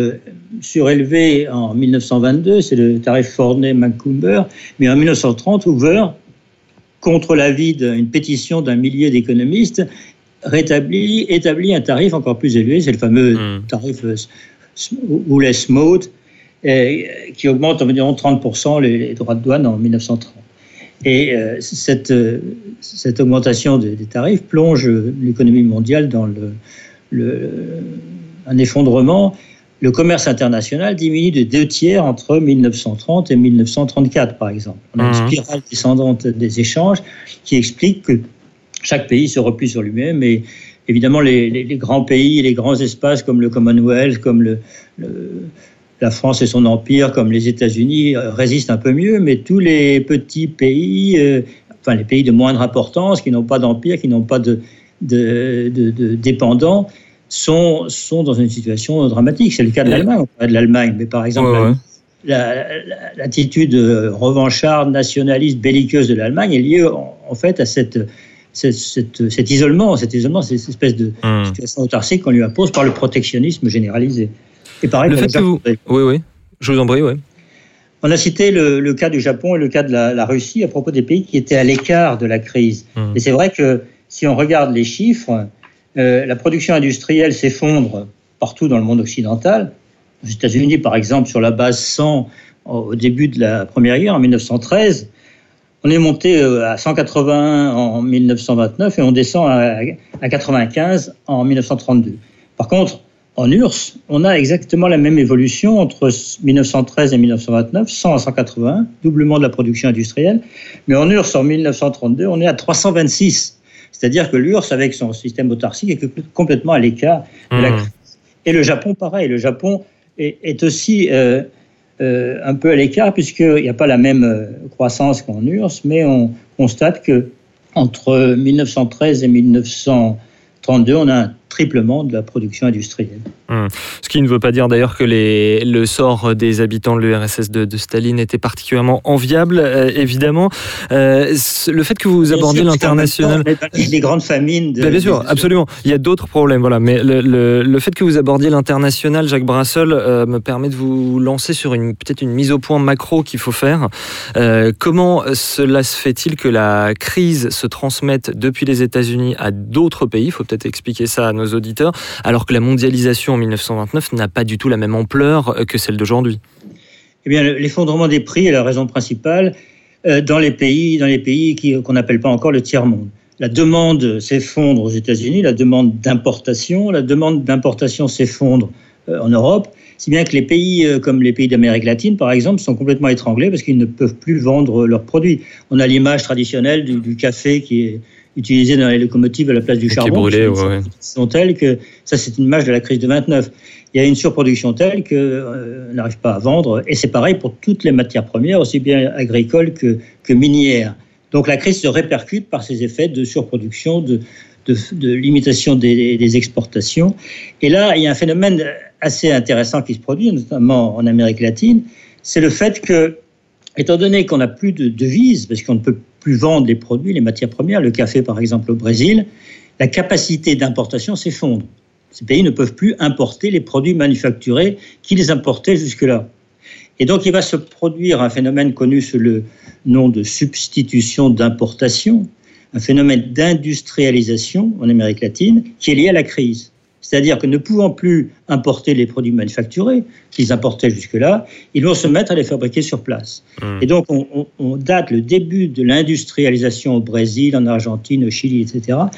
surélevé en dix-neuf cent vingt-deux, c'est le tarif Forney-Macumber, mais en dix-neuf cent trente, Hoover, contre l'avis d'une pétition d'un millier d'économistes, rétablit, établit un tarif encore plus élevé, c'est le fameux mmh. tarif Wallace-Moat, qui augmente environ trente pour cent les, les droits de douane en dix-neuf cent trente. Et euh, cette, euh, cette augmentation des, des tarifs plonge l'économie mondiale dans le, le, un effondrement. le commerce international diminue de deux tiers entre mille neuf cent trente et mille neuf cent trente-quatre, par exemple. On a une Mmh. spirale descendante des échanges qui explique que chaque pays se replie sur lui-même et évidemment les, les, les grands pays, les grands espaces comme le Commonwealth, comme le, le, la France et son empire, comme les États-Unis euh, résistent un peu mieux, mais tous les petits pays, euh, enfin les pays de moindre importance, qui n'ont pas d'empire, qui n'ont pas de, de, de, de dépendants, sont, sont dans une situation dramatique. C'est le cas de l'Allemagne. On parlait de l'Allemagne, mais par exemple, Ouais, ouais. la- la- l'attitude revancharde, nationaliste, belliqueuse de l'Allemagne est liée en, en fait à cette, cette, cette- cet isolement, cet isolement, cette espèce de Mmh. situation autarcique qu'on lui impose par le protectionnisme généralisé. Et pareil Le pour fait que vous... Japon. Oui, oui. Je vous en prie, oui. On a cité le, le cas du Japon et le cas de la, la Russie à propos des pays qui étaient à l'écart de la crise. Mmh. Et c'est vrai que si on regarde les chiffres, euh, la production industrielle s'effondre partout dans le monde occidental. Aux États-Unis, par exemple, sur la base cent au début de la Première Guerre, en mille neuf cent treize, on est monté euh, à cent quatre-vingt-un en mille neuf cent vingt-neuf et on descend à, à quatre-vingt-quinze en mille neuf cent trente-deux. Par contre, en U R S S, on a exactement la même évolution entre mille neuf cent treize et mille neuf cent vingt-neuf, cent à cent quatre-vingt-un, doublement de la production industrielle. Mais en U R S S, en mille neuf cent trente-deux, on est à trois cent vingt-six. C'est-à-dire que l'U R S S, avec son système autarcique, est complètement à l'écart de la Mmh. crise. Et le Japon, pareil. Le Japon est, est aussi euh, euh, un peu à l'écart, puisqu'il n'y a pas la même euh, croissance qu'en U R S S, mais on constate que entre mille neuf cent treize et mille neuf cent trente-deux, on a un triplement de la production industrielle. Mmh. Ce qui ne veut pas dire d'ailleurs que les, le sort des habitants de l'U R S S de, de Staline était particulièrement enviable, euh, évidemment. Euh, le fait que vous abordiez l'international... Les grandes famines... De, bien, bien sûr, des... absolument. Il y a d'autres problèmes, voilà. Mais le, le, le fait que vous abordiez l'international, Jacques Brassol, euh, me permet de vous lancer sur une, peut-être une mise au point macro qu'il faut faire. Euh, comment cela se fait-il que la crise se transmette depuis les États-Unis à d'autres pays ? Il faut peut-être expliquer ça à nos auditeurs, alors que la mondialisation en mille neuf cent vingt-neuf n'a pas du tout la même ampleur que celle d'aujourd'hui. Eh bien, l'effondrement des prix est la raison principale euh, dans les pays, dans les pays qui, qu'on n'appelle pas encore le tiers-monde. La demande s'effondre aux États-Unis, la demande d'importation, la demande d'importation s'effondre euh, en Europe, si bien que les pays euh, comme les pays d'Amérique latine, par exemple, sont complètement étranglés parce qu'ils ne peuvent plus vendre leurs produits. On a l'image traditionnelle du, du café qui est utilisé dans les locomotives à la place du Et charbon. Qui est brûlé, ouais, ouais. Sont telles que, ça c'est une image de la crise de vingt-neuf. Il y a une surproduction telle qu'on euh, n'arrive pas à vendre. Et c'est pareil pour toutes les matières premières, aussi bien agricoles que, que minières. Donc la crise se répercute par ces effets de surproduction, de, de, de limitation des, des exportations. Et là, il y a un phénomène assez intéressant qui se produit, notamment en Amérique latine. C'est le fait que, étant donné qu'on n'a plus de devises, parce qu'on ne peut plus vendre les produits, les matières premières, le café par exemple au Brésil, la capacité d'importation s'effondre. Ces pays ne peuvent plus importer les produits manufacturés qu'ils importaient jusque-là. Et donc il va se produire un phénomène connu sous le nom de substitution d'importation, un phénomène d'industrialisation en Amérique latine qui est lié à la crise. C'est-à-dire que ne pouvant plus importer les produits manufacturés qu'ils importaient jusque-là, ils vont se mettre à les fabriquer sur place. Mmh. Et donc, on, on, on date le début de l'industrialisation au Brésil, en Argentine, au Chili, et cetera,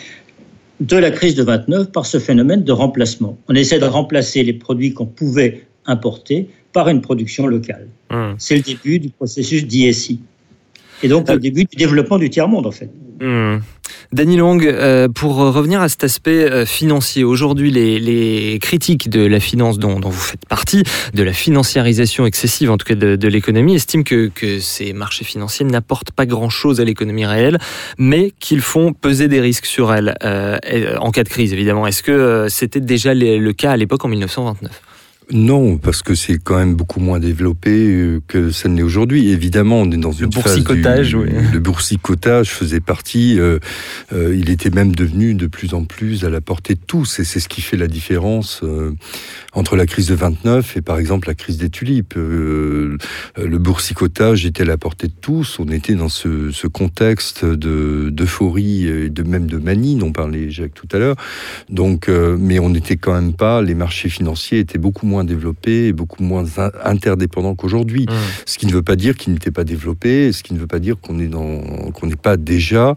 de la crise de vingt-neuf par ce phénomène de remplacement. On essaie de remplacer les produits qu'on pouvait importer par une production locale. Mmh. C'est le début du processus d'I S I. Et donc, euh... le début du développement du tiers-monde, en fait. Mmh. Danny Long, euh, pour revenir à cet aspect euh, financier, aujourd'hui les, les critiques de la finance dont, dont vous faites partie, de la financiarisation excessive en tout cas de, de l'économie, estiment que, que ces marchés financiers n'apportent pas grand-chose à l'économie réelle, mais qu'ils font peser des risques sur elle, euh, en cas de crise évidemment. Est-ce que euh, c'était déjà le cas à l'époque en mille neuf cent vingt-neuf ? Non, parce que c'est quand même beaucoup moins développé que ça ne l'est aujourd'hui. Évidemment, on est dans une le boursicotage, phase du, oui. Le boursicotage faisait partie. Euh, euh, il était même devenu de plus en plus à la portée de tous, et c'est ce qui fait la différence euh, entre la crise de vingt-neuf et par exemple la crise des tulipes. Euh, le boursicotage était à la portée de tous. On était dans ce, ce contexte de d'euphorie et de même de manie dont parlait Jacques tout à l'heure. Donc, euh, mais on n'était quand même pas. Les marchés financiers étaient beaucoup moins moins développé et beaucoup moins in- interdépendant qu'aujourd'hui. Mmh. Ce qui ne veut pas dire qu'il n'était pas développé, ce qui ne veut pas dire qu'on est dans, qu'on n'est pas déjà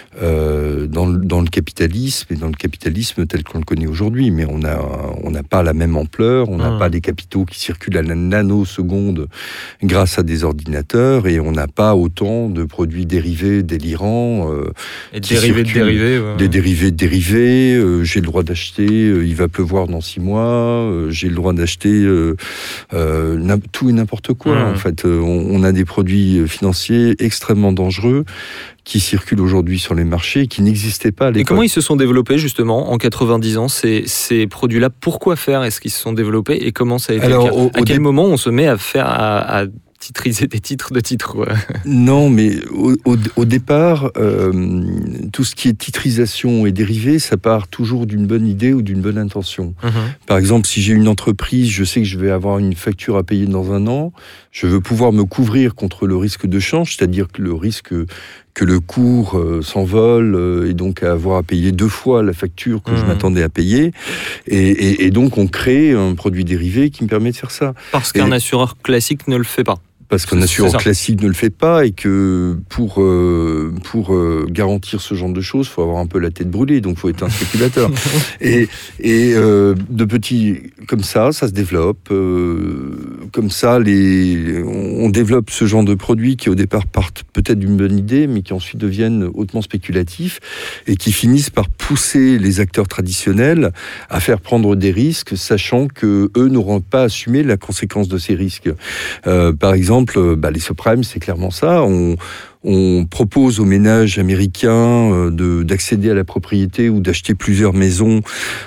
euh, dans, le, dans le capitalisme et dans le capitalisme tel qu'on le connaît aujourd'hui. Mais on a, on n'a pas la même ampleur, on n'a mmh. pas des capitaux qui circulent à la nanoseconde grâce à des ordinateurs et on n'a pas autant de produits dérivés délirants. Euh, et dérivés de dérivés. Ouais. Des dérivés de dérivés. Euh, j'ai le droit d'acheter, euh, il va pleuvoir dans six mois, euh, j'ai le droit d'acheter euh, euh, tout et n'importe quoi. Mmh. En fait, euh, on, on a des produits financiers extrêmement dangereux qui circulent aujourd'hui sur les marchés, qui n'existaient pas à l'époque. Et comment ils se sont développés justement en quatre-vingt-dix ans, ces, ces produits-là? Pourquoi faire est-ce qu'ils se sont développés et comment ça a été Alors, le cas au, À au quel dé... moment on se met à faire à, à titriser des titres de titres quoi. Non, mais au, au, au départ, euh, tout ce qui est titrisation et dérivé, ça part toujours d'une bonne idée ou d'une bonne intention. Mmh. Par exemple, si j'ai une entreprise, je sais que je vais avoir une facture à payer dans un an, je veux pouvoir me couvrir contre le risque de change, c'est-à-dire que le risque que le cours euh, s'envole euh, et donc à avoir à payer deux fois la facture que mmh. je m'attendais à payer. Et, et, et donc, on crée un produit dérivé qui me permet de faire ça. Parce qu'un et, assureur classique ne le fait pas. Parce qu'un assureur classique ne le fait pas et que pour, euh, pour euh, garantir ce genre de choses, il faut avoir un peu la tête brûlée, donc il faut être un spéculateur. et et euh, de petits, comme ça, ça se développe. Euh, comme ça, les, on développe ce genre de produits qui au départ partent peut-être d'une bonne idée, mais qui ensuite deviennent hautement spéculatifs et qui finissent par pousser les acteurs traditionnels à faire prendre des risques, sachant qu'eux n'auront pas assumé la conséquence de ces risques. Euh, par exemple, Bah, les subprimes, c'est clairement ça. On, on propose aux ménages américains euh, de, d'accéder à la propriété ou d'acheter plusieurs maisons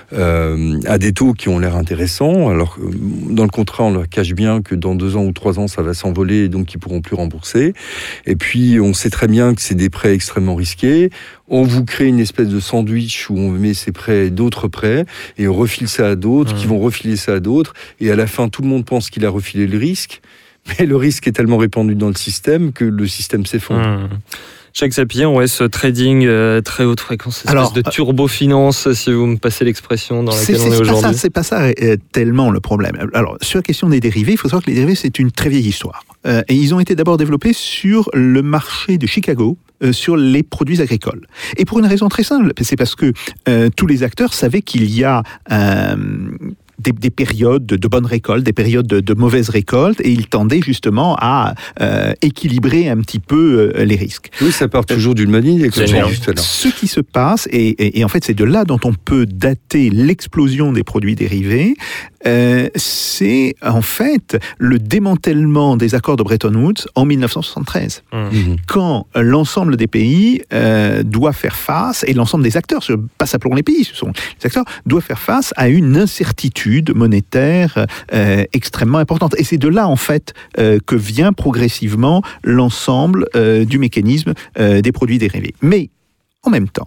euh, à des taux qui ont l'air intéressants. Alors, dans le contrat, on leur cache bien que dans deux ans ou trois ans, ça va s'envoler et donc ils ne pourront plus rembourser. Et puis, on sait très bien que c'est des prêts extrêmement risqués. On vous crée une espèce de sandwich où on met ces prêts et d'autres prêts et on refile ça à d'autres mmh. qui vont refiler ça à d'autres. Et à la fin, tout le monde pense qu'il a refilé le risque. Mais le risque est tellement répandu dans le système que le système s'effondre. Mmh. Jacques Sapir, ouais, ce trading euh, très haute fréquence, espèce Alors, de turbo-finance, si vous me passez l'expression dans laquelle c'est, on est, c'est aujourd'hui. Pas ça, c'est pas ça euh, tellement le problème. Alors, sur la question des dérivés, il faut savoir que les dérivés, c'est une très vieille histoire. Euh, et ils ont été d'abord développés sur le marché de Chicago, euh, sur les produits agricoles. Et pour une raison très simple, c'est parce que euh, tous les acteurs savaient qu'il y a... Euh, Des, des périodes de, de bonnes récoltes, des périodes de, de mauvaises récoltes, et ils tendaient justement à euh, équilibrer un petit peu euh, les risques. Oui, ça part toujours d'une bonne idée. Ce qui se passe, et, et, et en fait c'est de là dont on peut dater l'explosion des produits dérivés, euh, c'est en fait le démantèlement des accords de Bretton Woods en dix-neuf cent soixante-treize. Mmh. Quand l'ensemble des pays euh, doit faire face, et l'ensemble des acteurs, pas simplement les pays, ce sont les acteurs, doivent faire face à une incertitude monétaire euh, extrêmement importante. Et c'est de là, en fait, euh, que vient progressivement l'ensemble euh, du mécanisme euh, des produits dérivés. Mais, en même temps,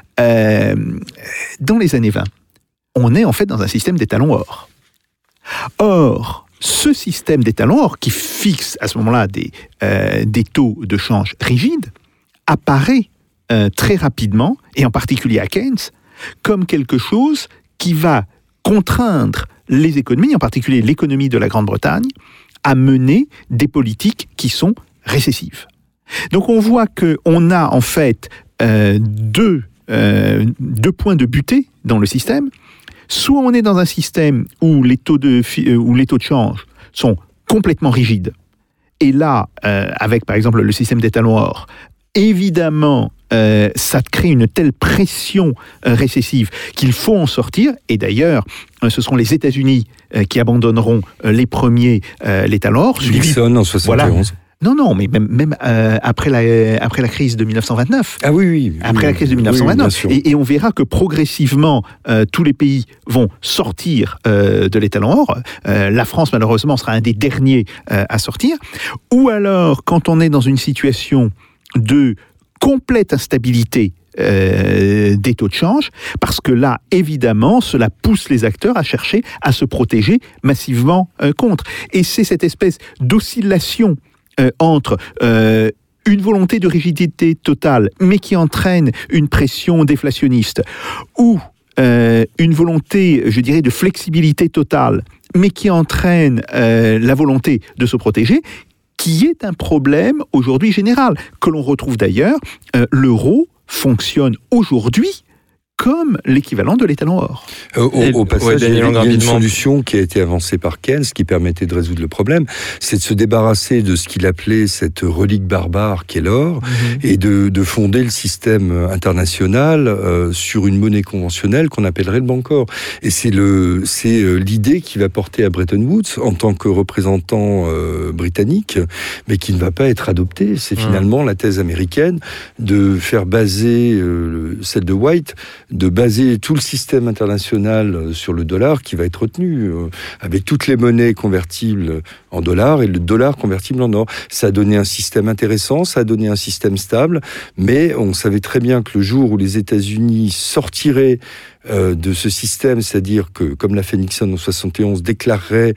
euh, dans les années vingt, on est en fait dans un système d'étalons or. Or, ce système d'étalons or, qui fixe à ce moment-là des, euh, des taux de change rigides, apparaît euh, très rapidement, et en particulier à Keynes, comme quelque chose qui va contraindre les économies, en particulier l'économie de la Grande-Bretagne, à mener des politiques qui sont récessives. Donc on voit qu'on a en fait euh, deux, euh, deux points de butée dans le système. Soit on est dans un système où les taux de, euh, où les taux de change sont complètement rigides, et là, euh, avec par exemple le système d'étalons or, évidemment, euh, ça crée une telle pression euh, récessive qu'il faut en sortir. Et d'ailleurs, euh, ce seront les États-Unis euh, qui abandonneront euh, les premiers euh, l'étalon or. Nixon en soixante et onze. Voilà. Non, non, mais même, même euh, après, la, après la crise de dix-neuf cent vingt-neuf. Ah oui, oui. Après oui, la crise de dix-neuf cent vingt-neuf. Oui, et, et on verra que progressivement, euh, tous les pays vont sortir euh, de l'étalon or. Euh, la France, malheureusement, sera un des derniers euh, à sortir. Ou alors, quand on est dans une situation de complète instabilité euh, des taux de change, parce que là, évidemment, cela pousse les acteurs à chercher à se protéger massivement euh, contre. Et c'est cette espèce d'oscillation euh, entre euh, une volonté de rigidité totale, mais qui entraîne une pression déflationniste, ou euh, une volonté, je dirais, de flexibilité totale, mais qui entraîne euh, la volonté de se protéger, qui est un problème aujourd'hui général, que l'on retrouve d'ailleurs, euh, l'euro fonctionne aujourd'hui comme l'équivalent de l'étalon or. Au, au, au passage, ouais, il y a une solution qui a été avancée par Keynes qui permettait de résoudre le problème, c'est de se débarrasser de ce qu'il appelait cette relique barbare qu'est l'or, mmh. et de, de fonder le système international euh, sur une monnaie conventionnelle qu'on appellerait le Bancor. Et c'est, le, c'est l'idée qui va porter à Bretton Woods en tant que représentant euh, britannique, mais qui ne va pas être adoptée. C'est mmh. finalement la thèse américaine de faire baser euh, celle de White, de baser tout le système international sur le dollar qui va être retenu, euh, avec toutes les monnaies convertibles en dollars et le dollar convertible en or. Ça a donné un système intéressant, ça a donné un système stable, mais on savait très bien que le jour où les États-Unis sortiraient euh, de ce système, c'est-à-dire que, comme l'a fait Nixon en soixante et onze, déclarerait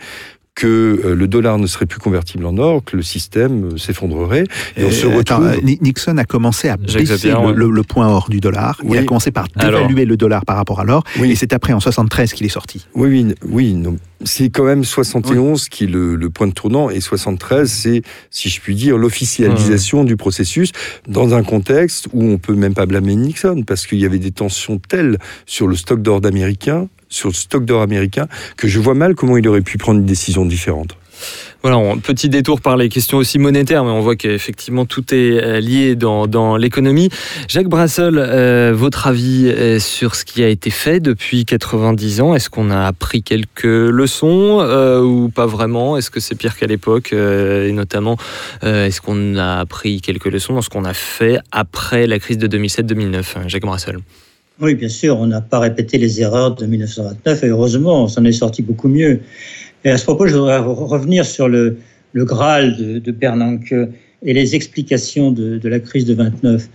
que le dollar ne serait plus convertible en or, que le système s'effondrerait. Et on se retrouve... Attends, Nixon a commencé à baisser le, le, le point or du dollar. Oui. Il a commencé par dévaluer Alors... le dollar par rapport à l'or. Oui. Et c'est après, en soixante-treize, qu'il est sorti. Oui, oui, oui. Non. C'est quand même soixante et onze oui. qui est le, le point de tournant. Et soixante-treize, c'est, si je puis dire, l'officialisation mmh. du processus dans un contexte où on peut même pas blâmer Nixon, parce qu'il y avait des tensions telles sur le stock d'or américain, sur le stock d'or américain, que je vois mal comment il aurait pu prendre une décision différente. Voilà, un petit détour par les questions aussi monétaires, mais on voit qu'effectivement tout est lié dans, dans l'économie. Jacques Brassol, euh, votre avis sur ce qui a été fait depuis quatre-vingt-dix ans? Est-ce qu'on a appris quelques leçons euh, ou pas vraiment? Est-ce que c'est pire qu'à l'époque euh, et notamment, euh, est-ce qu'on a appris quelques leçons dans ce qu'on a fait après la crise de deux mille sept deux mille neuf? Jacques Brassol. Oui, bien sûr, on n'a pas répété les erreurs de dix-neuf cent vingt-neuf et heureusement, on s'en est sorti beaucoup mieux. Et à ce propos, je voudrais revenir sur le, le Graal de, de Bernanke et les explications de, de la crise de vingt-neuf.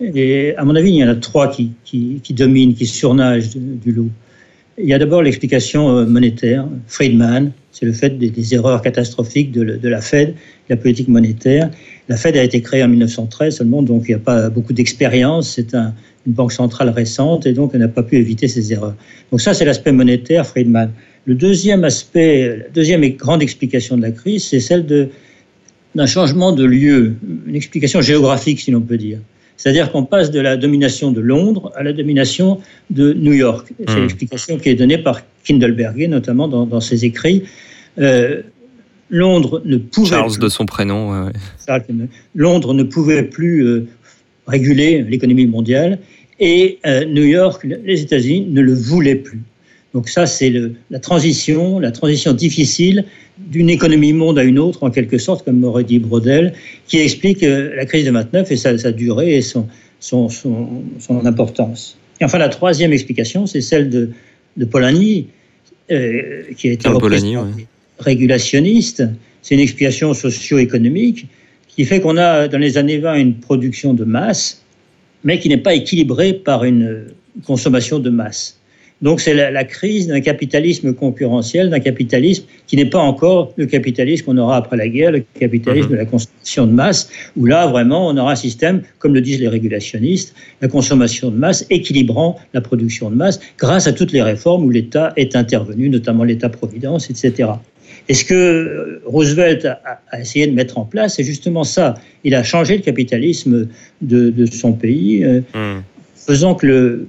Et à mon avis, il y en a trois qui, qui, qui dominent, qui surnagent du, du lot. Il y a d'abord l'explication monétaire, Friedman, c'est le fait des, des erreurs catastrophiques de, de la Fed, la politique monétaire. La Fed a été créée en dix-neuf cent treize seulement, donc il n'y a pas beaucoup d'expérience, c'est un, une banque centrale récente, et donc elle n'a pas pu éviter ces erreurs. Donc ça, c'est l'aspect monétaire, Friedman. Le deuxième aspect, la deuxième grande explication de la crise, c'est celle de, d'un changement de lieu, une explication géographique, si l'on peut dire. C'est-à-dire qu'on passe de la domination de Londres à la domination de New York. C'est mmh. l'explication qui est donnée par Kindleberger, notamment dans, dans ses écrits. Euh, Londres ne pouvait Charles plus, de son prénom. Ouais, ouais. Charles, Londres ne pouvait plus euh, réguler l'économie mondiale et euh, New York, les États-Unis, ne le voulaient plus. Donc ça, c'est le, la transition, la transition difficile d'une économie monde à une autre, en quelque sorte, comme m'aurait dit Brodel, qui explique euh, la crise de vingt-neuf et sa, sa durée et son, son, son, son importance. Et enfin, la troisième explication, c'est celle de, de Polanyi, euh, qui a été Polanyi, ouais. régulationniste. C'est une explication socio-économique qui fait qu'on a, dans les années vingt, une production de masse, mais qui n'est pas équilibrée par une consommation de masse. Donc c'est la, la crise d'un capitalisme concurrentiel, d'un capitalisme qui n'est pas encore le capitalisme qu'on aura après la guerre, le capitalisme mmh. de la consommation de masse, où là vraiment on aura un système, comme le disent les régulationnistes, la consommation de masse équilibrant la production de masse grâce à toutes les réformes où l'État est intervenu, notamment l'État-providence, et cetera. Et ce que Roosevelt a, a essayé de mettre en place, c'est justement ça. Il a changé le capitalisme de, de son pays, euh, mmh. faisant que le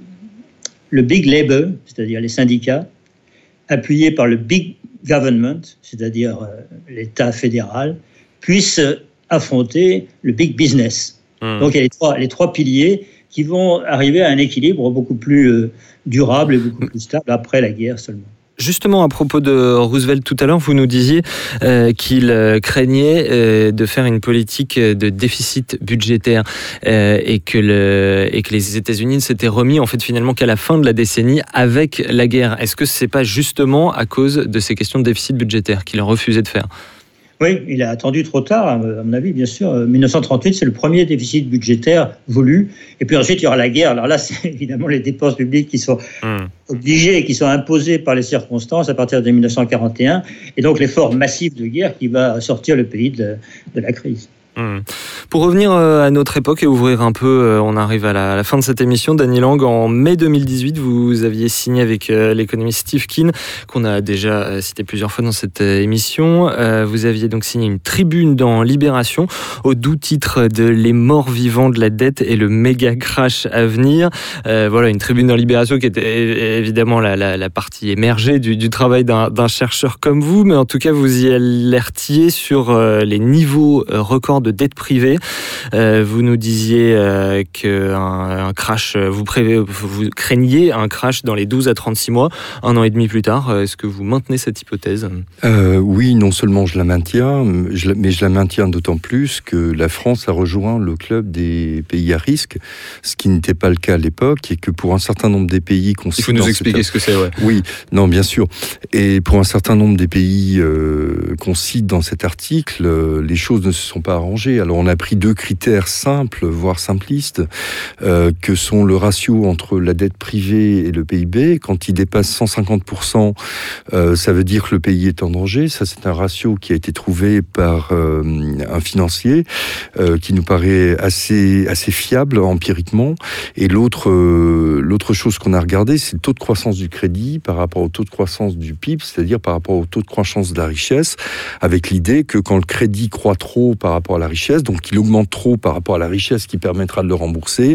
le big labor, c'est-à-dire les syndicats, appuyés par le big government, c'est-à-dire euh, l'État fédéral, puissent affronter le big business. Mmh. Donc il y a les trois, les trois piliers qui vont arriver à un équilibre beaucoup plus euh, durable et beaucoup plus stable après la guerre seulement. Justement, à propos de Roosevelt tout à l'heure, vous nous disiez euh, qu'il euh, craignait euh, de faire une politique de déficit budgétaire euh, et, que le, et que les États-Unis ne s'étaient remis en fait finalement qu'à la fin de la décennie avec la guerre. Est-ce que ce n'est pas justement à cause de ces questions de déficit budgétaire qu'il a refusé de faire ? Oui, il a attendu trop tard, à mon avis, bien sûr. dix-neuf cent trente-huit, c'est le premier déficit budgétaire voulu. Et puis ensuite, il y aura la guerre. Alors là, c'est évidemment les dépenses publiques qui sont mmh. obligées, qui sont imposées par les circonstances à partir de dix-neuf cent quarante et un. Et donc l'effort massif de guerre qui va sortir le pays de, de la crise. Mmh. Pour revenir à notre époque et ouvrir un peu, on arrive à la, à la fin de cette émission. Danny Lang, en mai deux mille dix-huit, vous aviez signé avec l'économiste Steve Keen, qu'on a déjà cité plusieurs fois dans cette émission. Vous aviez donc signé une tribune dans Libération au doux titre de Les morts vivants de la dette et le méga crash à venir. Euh, voilà, une tribune dans Libération qui était évidemment la, la, la partie émergée du, du travail d'un, d'un chercheur comme vous, mais en tout cas vous y alertiez sur euh, les niveaux euh, records de dette privée. Euh, vous nous disiez euh, qu'un un crash, vous, pré- vous craigniez un crash dans les douze à trente-six mois, un an et demi plus tard. Est-ce que vous maintenez cette hypothèse ? euh, Oui, non seulement je la maintiens, je la, mais je la maintiens d'autant plus que la France a rejoint le club des pays à risque, ce qui n'était pas le cas à l'époque, et que pour un certain nombre des pays qu'on cite... Il faut nous expliquer cette... ce que c'est, ouais. Oui, non, bien sûr. Et pour un certain nombre des pays euh, qu'on cite dans cet article, euh, les choses ne se sont pas arrangées. Alors on a pris deux critères simples, voire simplistes, euh, que sont le ratio entre la dette privée et le P I B. Quand il dépasse cent cinquante pour cent, euh, ça veut dire que le pays est en danger. Ça, c'est un ratio qui a été trouvé par euh, un financier euh, qui nous paraît assez, assez fiable empiriquement. Et l'autre, euh, l'autre chose qu'on a regardé, c'est le taux de croissance du crédit par rapport au taux de croissance du P I B, c'est-à-dire par rapport au taux de croissance de la richesse, avec l'idée que quand le crédit croît trop par rapport à la richesse, donc qu'il augmente trop par rapport à la richesse qui permettra de le rembourser,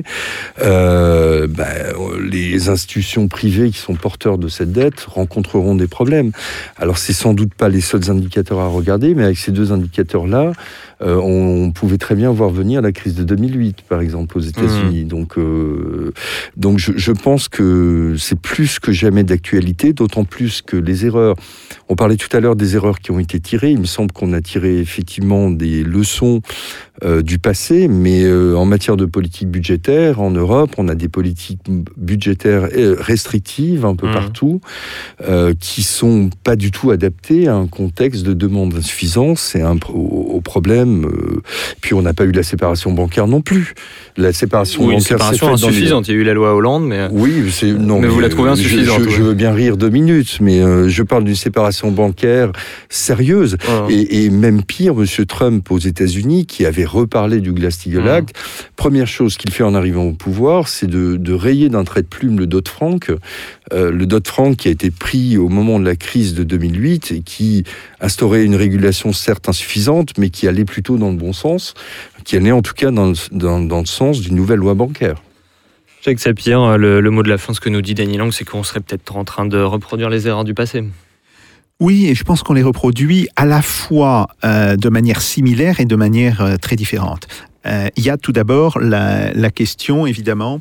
euh, ben, les institutions privées qui sont porteurs de cette dette rencontreront des problèmes. Alors c'est sans doute pas les seuls indicateurs à regarder, mais avec ces deux indicateurs-là, euh, on pouvait très bien voir venir la crise de deux mille huit, par exemple, aux États-Unis. Mmh. Donc, euh, donc je, je pense que c'est plus que jamais d'actualité, d'autant plus que les erreurs... On parlait tout à l'heure des erreurs qui ont été tirées. Il me semble qu'on a tiré effectivement des leçons euh, du passé, mais euh, en matière de politique budgétaire, en Europe, on a des politiques budgétaires restrictives un peu mmh. partout, euh, qui sont pas du tout adaptées à un contexte de demande d'insuffisance et un, au, au problème. Euh, puis on n'a pas eu la séparation bancaire non plus. La séparation oui, bancaire, une séparation insuffisante. Les... Il y a eu la loi Hollande, mais oui, c'est non. Mais, mais vous la trouvez insuffisante. Je, je, je veux bien rire deux minutes, mais euh, je parle d'une séparation bancaire sérieuse. Oh. Et, et même pire, Monsieur Trump aux États-Unis, qui avait reparlé du Glass-Steagall Act, oh. première chose qu'il fait en arrivant au pouvoir, c'est de, de rayer d'un trait de plume le Dodd-Frank. Euh, le Dodd-Frank qui a été pris au moment de la crise de deux mille huit et qui instaurait une régulation certes insuffisante, mais qui allait plutôt dans le bon sens, qui allait en tout cas dans le, dans, dans le sens d'une nouvelle loi bancaire. Jacques Sapir, le, le mot de la fin, ce que nous dit Danny Lang, c'est qu'on serait peut-être en train de reproduire les erreurs du passé. Oui, et je pense qu'on les reproduit à la fois euh, de manière similaire et de manière euh, très différente. Euh, il y a tout d'abord la, la question, évidemment,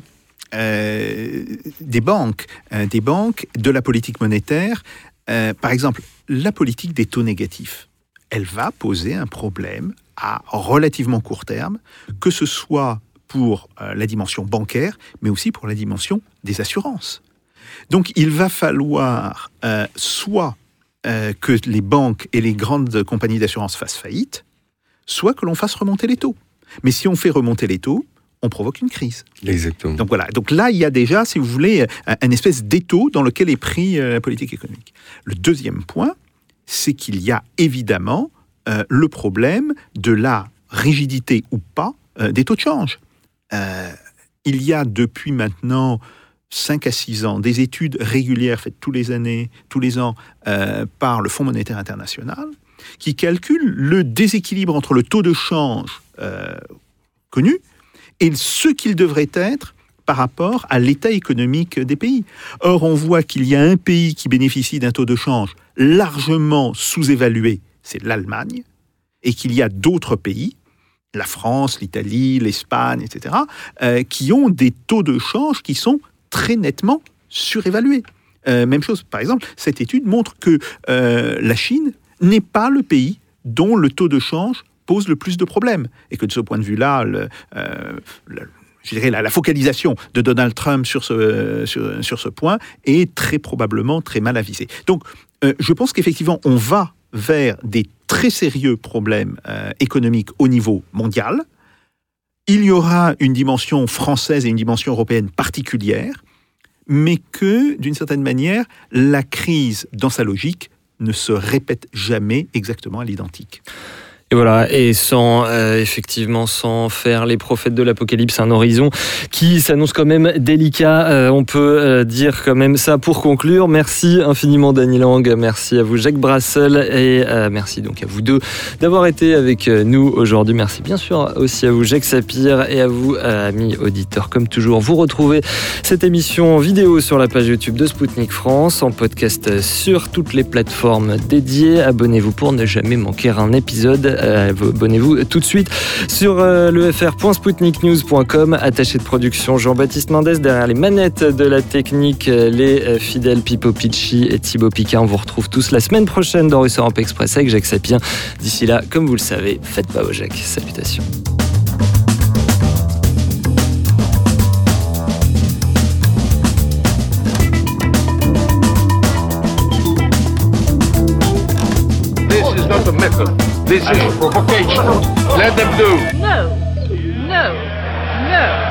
euh, des banques, euh, des banques, de la politique monétaire. Euh, par exemple, la politique des taux négatifs, elle va poser un problème à relativement court terme, que ce soit pour euh, la dimension bancaire, mais aussi pour la dimension des assurances. Donc, il va falloir euh, soit euh, que les banques et les grandes compagnies d'assurance fassent faillite, soit que l'on fasse remonter les taux. Mais si on fait remonter les taux, on provoque une crise. Exactement. Donc voilà. Donc là, il y a déjà, si vous voulez, un, un espèce d'étau dans lequel est pris euh, la politique économique. Le deuxième point, c'est qu'il y a évidemment euh, le problème de la rigidité ou pas euh, des taux de change. Euh, il y a depuis maintenant cinq à six ans des études régulières faites tous les années, tous les ans euh, par le Fonds monétaire international qui calculent le déséquilibre entre le taux de change euh, connu et ce qu'il devrait être par rapport à l'état économique des pays. Or, on voit qu'il y a un pays qui bénéficie d'un taux de change largement sous-évalué, c'est l'Allemagne, et qu'il y a d'autres pays, la France, l'Italie, l'Espagne, et cetera, euh, qui ont des taux de change qui sont très nettement surévalués. Euh, même chose, par exemple, cette étude montre que euh, la Chine n'est pas le pays dont le taux de change pose le plus de problèmes. Et que de ce point de vue-là, le, euh, le, je dirais la, la focalisation de Donald Trump sur ce, sur, sur ce point est très probablement très mal avisée. Donc, euh, je pense qu'effectivement, on va vers des très sérieux problèmes euh, économiques au niveau mondial. Il y aura une dimension française et une dimension européenne particulière, mais que, d'une certaine manière, la crise, dans sa logique, ne se répète jamais exactement à l'identique. Et voilà, et sans euh, effectivement sans faire les prophètes de l'Apocalypse, un horizon qui s'annonce quand même délicat. Euh, on peut euh, dire quand même ça pour conclure. Merci infiniment Dany Lang, merci à vous Jacques Brassel et euh, merci donc à vous deux d'avoir été avec nous aujourd'hui. Merci bien sûr aussi à vous Jacques Sapir et à vous euh, amis auditeurs. Comme toujours, vous retrouvez cette émission en vidéo sur la page YouTube de Spoutnik France, en podcast sur toutes les plateformes dédiées. Abonnez-vous pour ne jamais manquer un épisode. Euh, abonnez-vous tout de suite sur euh, le f r point spoutnik news point com. Attaché de production Jean-Baptiste Mendès, derrière les manettes de la technique, les euh, fidèles Pipo Picci et Thibaut Picard. On vous retrouve tous la semaine prochaine dans Russe Europe Express avec Jacques Sapien. D'ici là, comme vous le savez, faites pas au Jacques. Salutations. Not a method. This is provocation. Let them do. No, no, no.